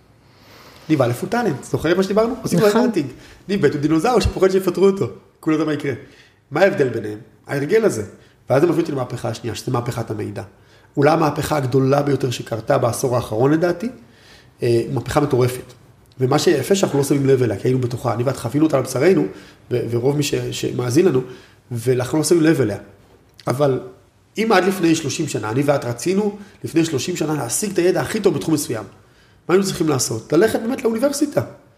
ניב א' הוא טלנט, זוכרים מה שדיברנו? עושים לו אדוונטינג. ניב ב' הוא דינוזאור שפוחד שיפטרו אותו. כולו יודע מה יקרה. מה ההבדל ביניהם? ההרגל הזה. ואז זה מביא אותי למהפכה השנייה, שזה מהפכת המידע. אולי המהפכה הגדולה ביותר שקרתה בעשור האחרון לדעתי, מהפכה מטורפת. ומה שיפה שאנחנו לא שמים לב אליה, כי היינו בתוכה, אני ואת חווינו אותה על בשרנו, ורוב מי שמאזין לנו, ואנחנו לא שמים לב אליה. אבל אם עד לפני 30 שנה, אני ואת רצינו לפני 30 שנה להשיג את הידע הכי טוב בתחום מסוים, מה היינו צריכים לעשות? ללכת באמת לאוניברסיטה,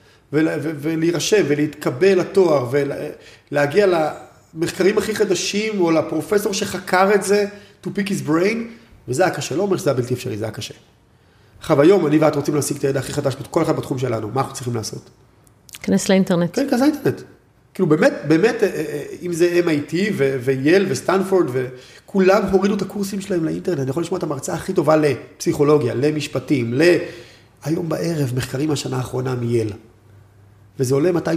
ולהירשם, ולהתקבל לתואר, ולהגיע למחקרים הכי חדשים, או לפרופסור שחקר את זה, to pick his brain, וזה היה קשה, לא אומר שזה היה בלתי אפשרי, זה היה קשה. עכשיו היום אני ואת רוצים להשיג את הידע הכי חדש, כל אחד בתחום שלנו, מה אנחנו צריכים לעשות? כנס לאינטרנט. כן, כנס לאינטרנט. כאילו באמת, אם זה MIT וייל וסטנפורד, וכולם הורידו את הקורסים שלהם לאינטרנט, אני יכול לשמוע את המרצאה הכי טובה לפסיכולוגיה, למשפטים, היום בערב, מחקרים השנה האחרונה מייל. וזה עולה $200.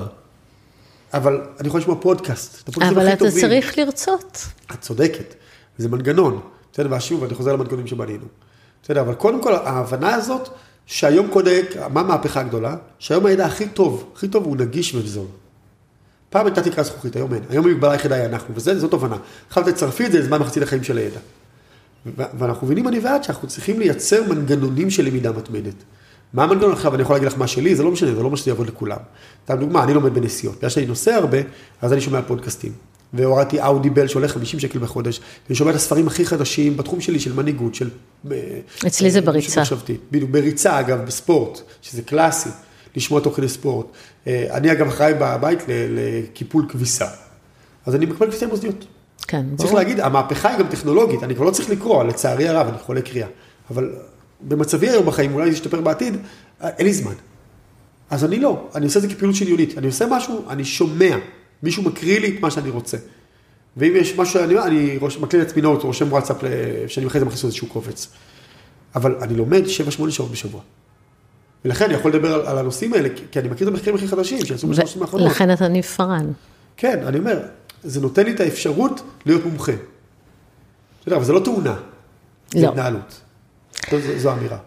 אבל אני יכול לשמוע פודקאסט. אבל אתה צריך לרצות. את צודקת. זה מנגנון. בסדר, והשוב, אני חוזר למנגנונים שבנינו. בסדר, אבל קודם כל, ההבנה הזאת, שהיום קודק, מה המהפכה הגדולה? שהיום הידע הכי טוב הוא נגיש וזול. פעם הייתה תקרה זכוכית, היום אין. היום המגבלה היחידה היא אנחנו, וזאת הבנה. עכשיו תצרפי את זה לזמן מחצית החיים של הידע. ואנחנו מבינים אני ועד שאנחנו צריכים לייצר מנגנונים של למידה מתמדת. מה המנגנון עכשיו? אני יכול להגיד לך מה שלי, זה לא משנה, זה לא מה שזה יעבוד לכולם. אתה דוגמה, אני לומד בנסיעות. בגלל שאני נוסע הרבה, אז אני שומע פודקאסטים. והורדתי אודיבל שעולה 50 שקל בחודש, ואני שומע את הספרים הכי חדשים בתחום שלי של מנהיגות, של... אצלי זה בריצה. בדיוק, בריצה אגב, בספורט, שזה קלאסי, לשמוע תוך כדי ספורט. אני אגב אחראי בבית לקיפול כביסה. אז אני מקבל כביסה עם אוזניות. כן, ברור. צריך להגיד, המהפכה היא גם טכנולוגית, אני כבר לא צריך לקרוא, לצערי הרב, אני חולה קריאה. אבל במצבי היום בחיים, אולי זה ישתפר בעתיד, אין לי זמן. אז אני לא, אני עושה את זה כפעילות שניונית. אני עושה משהו, אני שומע. מישהו מקריא לי את מה שאני רוצה. ואם יש משהו, אני מקליט לעצמי נוט, רושם וואטסאפ, שאני אחרי זה מכניס איזשהו קובץ. אבל אני לומד 7-8 שעות בשבוע. ולכן אני יכול לדבר על הנושאים האלה, כי אני מכיר את המחקרים הכי חדשים, שיעשו בשנים האחרונות. לכן אתה נבחרן. כן, אני אומר, זה נותן לי את האפשרות להיות מומחה. אבל זה לא תאונה. זה התנהלות. זו אמירה.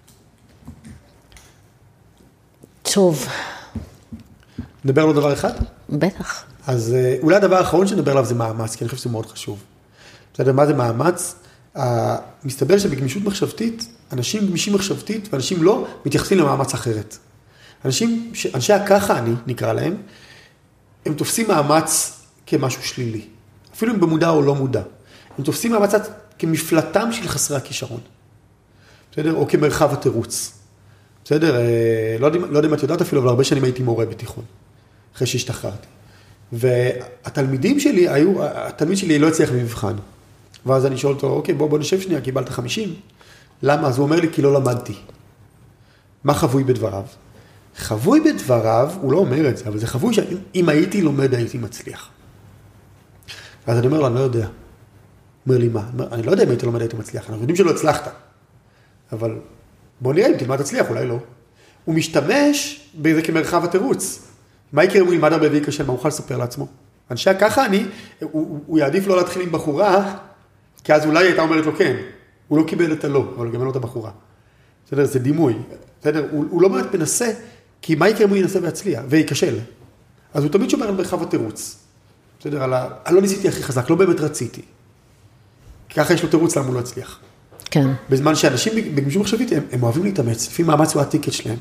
טוב. נדבר לו דבר אחד? בטח. אז אולי הדבר האחרון שנדבר עליו זה מאמץ, כי אני חושב שזה מאוד חשוב. בסדר, מה זה מאמץ? מסתבר שבגמישות מחשבתית, אנשים גמישים מחשבתית ואנשים לא מתייחסים למאמץ אחרת. אנשי הככה אני, נקרא להם, הם תופסים מאמץ כמשהו שלילי. אפילו אם במודע או לא מודע. הם תופסים מאמץ כמפלטם של חסרי הכישרון. בסדר? או כמרחב התירוץ. בסדר? לא יודע אם את יודעת אפילו, אבל הרבה שנים הייתי מורה בתיכון. אחרי שהשתחררתי. והתלמידים שלי התלמיד שלי לא הצליח במבחן. ואז אני שואל אותו, אוקיי, בוא נשב שנייה, קיבלת 50. למה? אז הוא אומר לי, כי לא למדתי. מה חבוי בדבריו? חבוי בדבריו, הוא לא אומר את זה, אבל זה חבוי שאם הייתי לומד, הייתי מצליח. אז אני אומר לו, אני לא יודע. אומר לי, מה? אני לא יודע אם הייתי לומד, הייתי מצליח. אנחנו יודעים שלא הצלחת. אבל בוא נראה אם תלמד תצליח, אולי לא. הוא משתמש בזה כמרחב התירוץ. מה יקרה אם הוא ילמד הרבה ויקשה, מה הוא יכול לספר לעצמו? אנשי ככה הוא יעדיף לא להתחיל עם בחורה, כי אז אולי הייתה אומרת לו כן. הוא לא קיבל את הלא, אבל גם לא את הבחורה. בסדר, זה דימוי. בסדר, הוא לא באמת מנסה, כי מה יקרה אם הוא ינסה ויצליח, ויקשל. אז הוא תמיד שומר על מרחב התירוץ. בסדר, אני לא ניסיתי הכי חזק, לא באמת רציתי. ככה יש לו תירוץ למה הוא לא הצליח. כן. בזמן שאנשים בגמישות מחשבית, הם אוהבים להתאמץ, לפי מאמץ הוא הטיקט שלהם.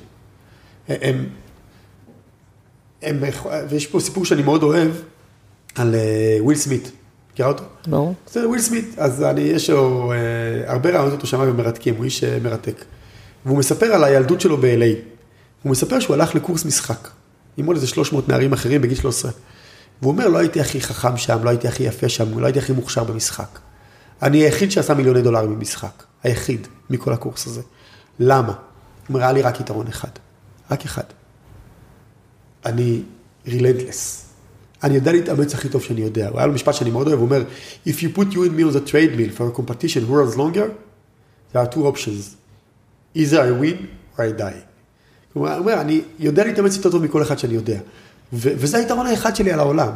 ויש פה סיפור שאני מאוד אוהב, על וויל סמית. מכירה אותו? ברור. זה וויל סמית, אז יש לו הרבה רעיונות אותו שמה ומרתקים, הוא איש מרתק. והוא מספר על הילדות שלו ב-LA. הוא מספר שהוא הלך לקורס משחק, עם עוד איזה 300 נערים אחרים בגיל 13. והוא אומר, לא הייתי הכי חכם שם, לא הייתי הכי יפה שם, לא הייתי הכי מוכשר במשחק. אני היחיד שעשה $1,000,000 במשחק. היחיד מכל הקורס הזה. למה? הוא אומר, היה לי רק יתרון אחד. רק אחד. אני relentless. אני יודע להתאמץ הכי טוב שאני יודע. היה לו משפט שאני מאוד אוהב, הוא אומר, If you put you and me on the trade mill for a competition who runs longer, there are two options. Either I win or I die. הוא אומר, אני יודע להתאמץ יותר טוב מכל אחד שאני יודע. וזה היתרון האחד שלי על העולם.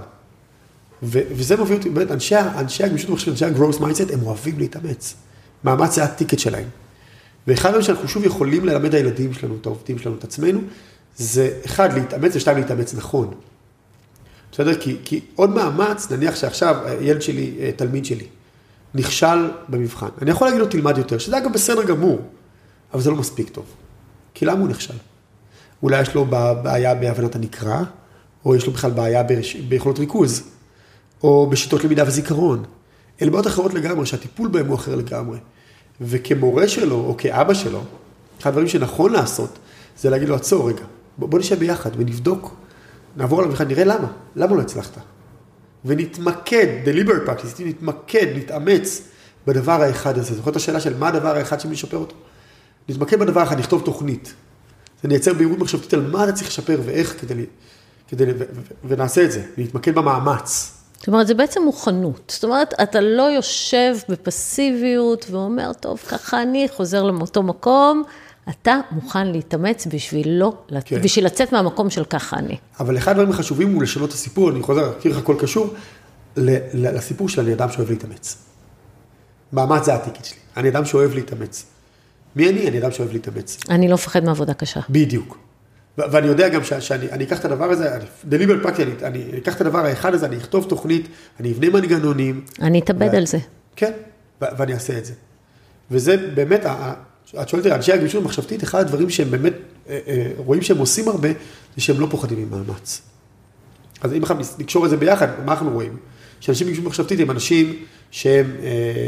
וזה מוביל אותי, באמת, אנשי הגמישות מחשבית, אנשי ה-growth mindset, הם אוהבים להתאמץ. מאמץ זה הטיקט שלהם. ואחד מהם שאנחנו שוב יכולים ללמד הילדים שלנו, את העובדים שלנו, את עצמנו, זה אחד, להתאמץ, ושתיים, להתאמץ נכון. בסדר? כי עוד מאמץ, נניח שעכשיו, ילד שלי, תלמיד שלי, נכשל במבחן. אני יכול להגיד לו, תלמד יותר, שזה אגב בסדר גמור, אבל זה לא מספיק טוב. כי למה הוא נכשל? אולי יש לו בעיה בהבנת הנקרא, או יש לו בכלל בעיה ביכולות ריכוז, או בשיטות למידה וזיכרון. אלה בעיות אחרות לגמרי, שהטיפול בהם הוא אחר לגמרי. וכמורה שלו, או כאבא שלו, אחד הדברים שנכון לעשות, זה להגיד לו, עצור רגע, בוא נשב ביחד ונבדוק, נעבור עליו בכלל, נראה למה. למה לא הצלחת? ונתמקד, deliberate practice, נתאמץ בדבר האחד הזה. זוכרת השאלה של מה הדבר האחד שמשפר אותו? נתמקד בדבר האחד, נכתוב תוכנית. זה נייצר בהירות מחשבתית על מה אתה צריך לשפר ואיך ונעשה את זה, נתמקד במאמץ. זאת אומרת, זה בעצם מוכנות. זאת אומרת, אתה לא יושב בפסיביות ואומר, טוב, ככה אני חוזר לאותו מקום, אתה מוכן להתאמץ בשביל לצאת מהמקום של ככה אני. אבל אחד הדברים החשובים הוא לשנות את הסיפור, אני חוזר, להכיר לך הכל קשור, לסיפור של אני אדם שאוהב להתאמץ. מאמץ זה הטיקט שלי, אני אדם שאוהב להתאמץ. מי אני? אני אדם שאוהב להתאמץ. אני לא מפחד מעבודה קשה. בדיוק. ואני יודע גם שאני אקח את הדבר הזה, deliberate practice, אני אקח את הדבר האחד הזה, אני אכתוב תוכנית, אני אבנה מנגנונים. אני אתאבד על זה. כן, ואני אעשה את זה. וזה באמת, את שואלת, אנשי הגמישות המחשבתית, אחד הדברים שהם באמת רואים שהם עושים הרבה, זה שהם לא פוחדים ממאמץ. אז אם אנחנו נקשור את זה ביחד, מה אנחנו רואים? שאנשים בגמישות מחשבתית הם אנשים שהם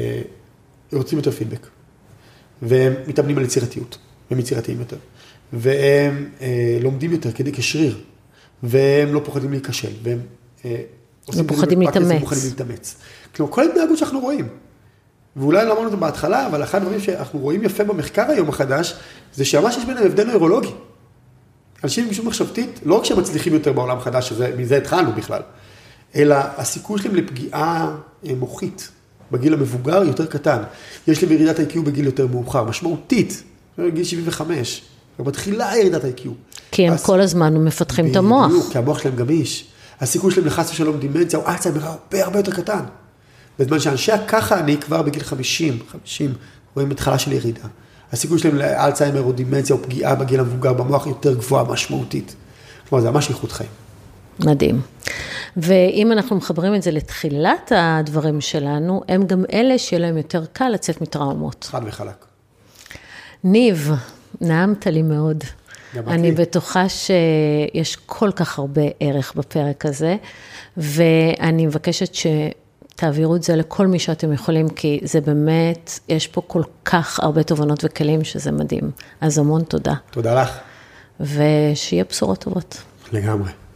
רוצים יותר פידבק, והם מתאמנים על יצירתיות, הם יצירתיים יותר. והם לומדים יותר כדי כשריר, והם לא פוחדים להיכשל, והם לא פוחדים להתאמץ. כלומר, כל ההתנהגות שאנחנו רואים, ואולי לא אמרנו את זה בהתחלה, אבל אחד הדברים שאנחנו רואים יפה במחקר היום החדש, זה שממש יש ביניהם הבדל נוירולוגי. אנשים עם גמישות מחשבתית, לא רק שהם מצליחים יותר בעולם חדש, מזה התחלנו בכלל, אלא הסיכוי שלהם לפגיעה מוחית, בגיל המבוגר יותר קטן. יש להם ירידת IQ בגיל יותר מאוחר, משמעותית, בגיל 75. מתחילה ירידת ה-IQ. כי הם כל הזמן מפתחים את המוח. בדיוק, כי המוח שלהם גמיש. הסיכוי שלהם לחס ושלום דימנציה, הוא אלצהיימר הרבה יותר קטן. בזמן שאנשי ככה אני כבר בגיל 50, רואים התחלה של ירידה. הסיכוי שלהם לאלצהיימר או דימנציה או פגיעה בגיל המבוגר במוח יותר גבוהה משמעותית. כלומר, זה ממש איכות חיים. מדהים. ואם אנחנו מחברים את זה לתחילת הדברים שלנו, הם גם אלה שיהיה להם יותר קל לצאת מטראומות. חד וחלק. ניב, נעמת לי מאוד. אני בטוחה שיש כל כך הרבה ערך בפרק הזה, ואני מבקשת שתעבירו את זה לכל מי שאתם יכולים, כי זה באמת, יש פה כל כך הרבה תובנות וכלים שזה מדהים. אז המון תודה. תודה לך. ושיהיה בשורות טובות. לגמרי.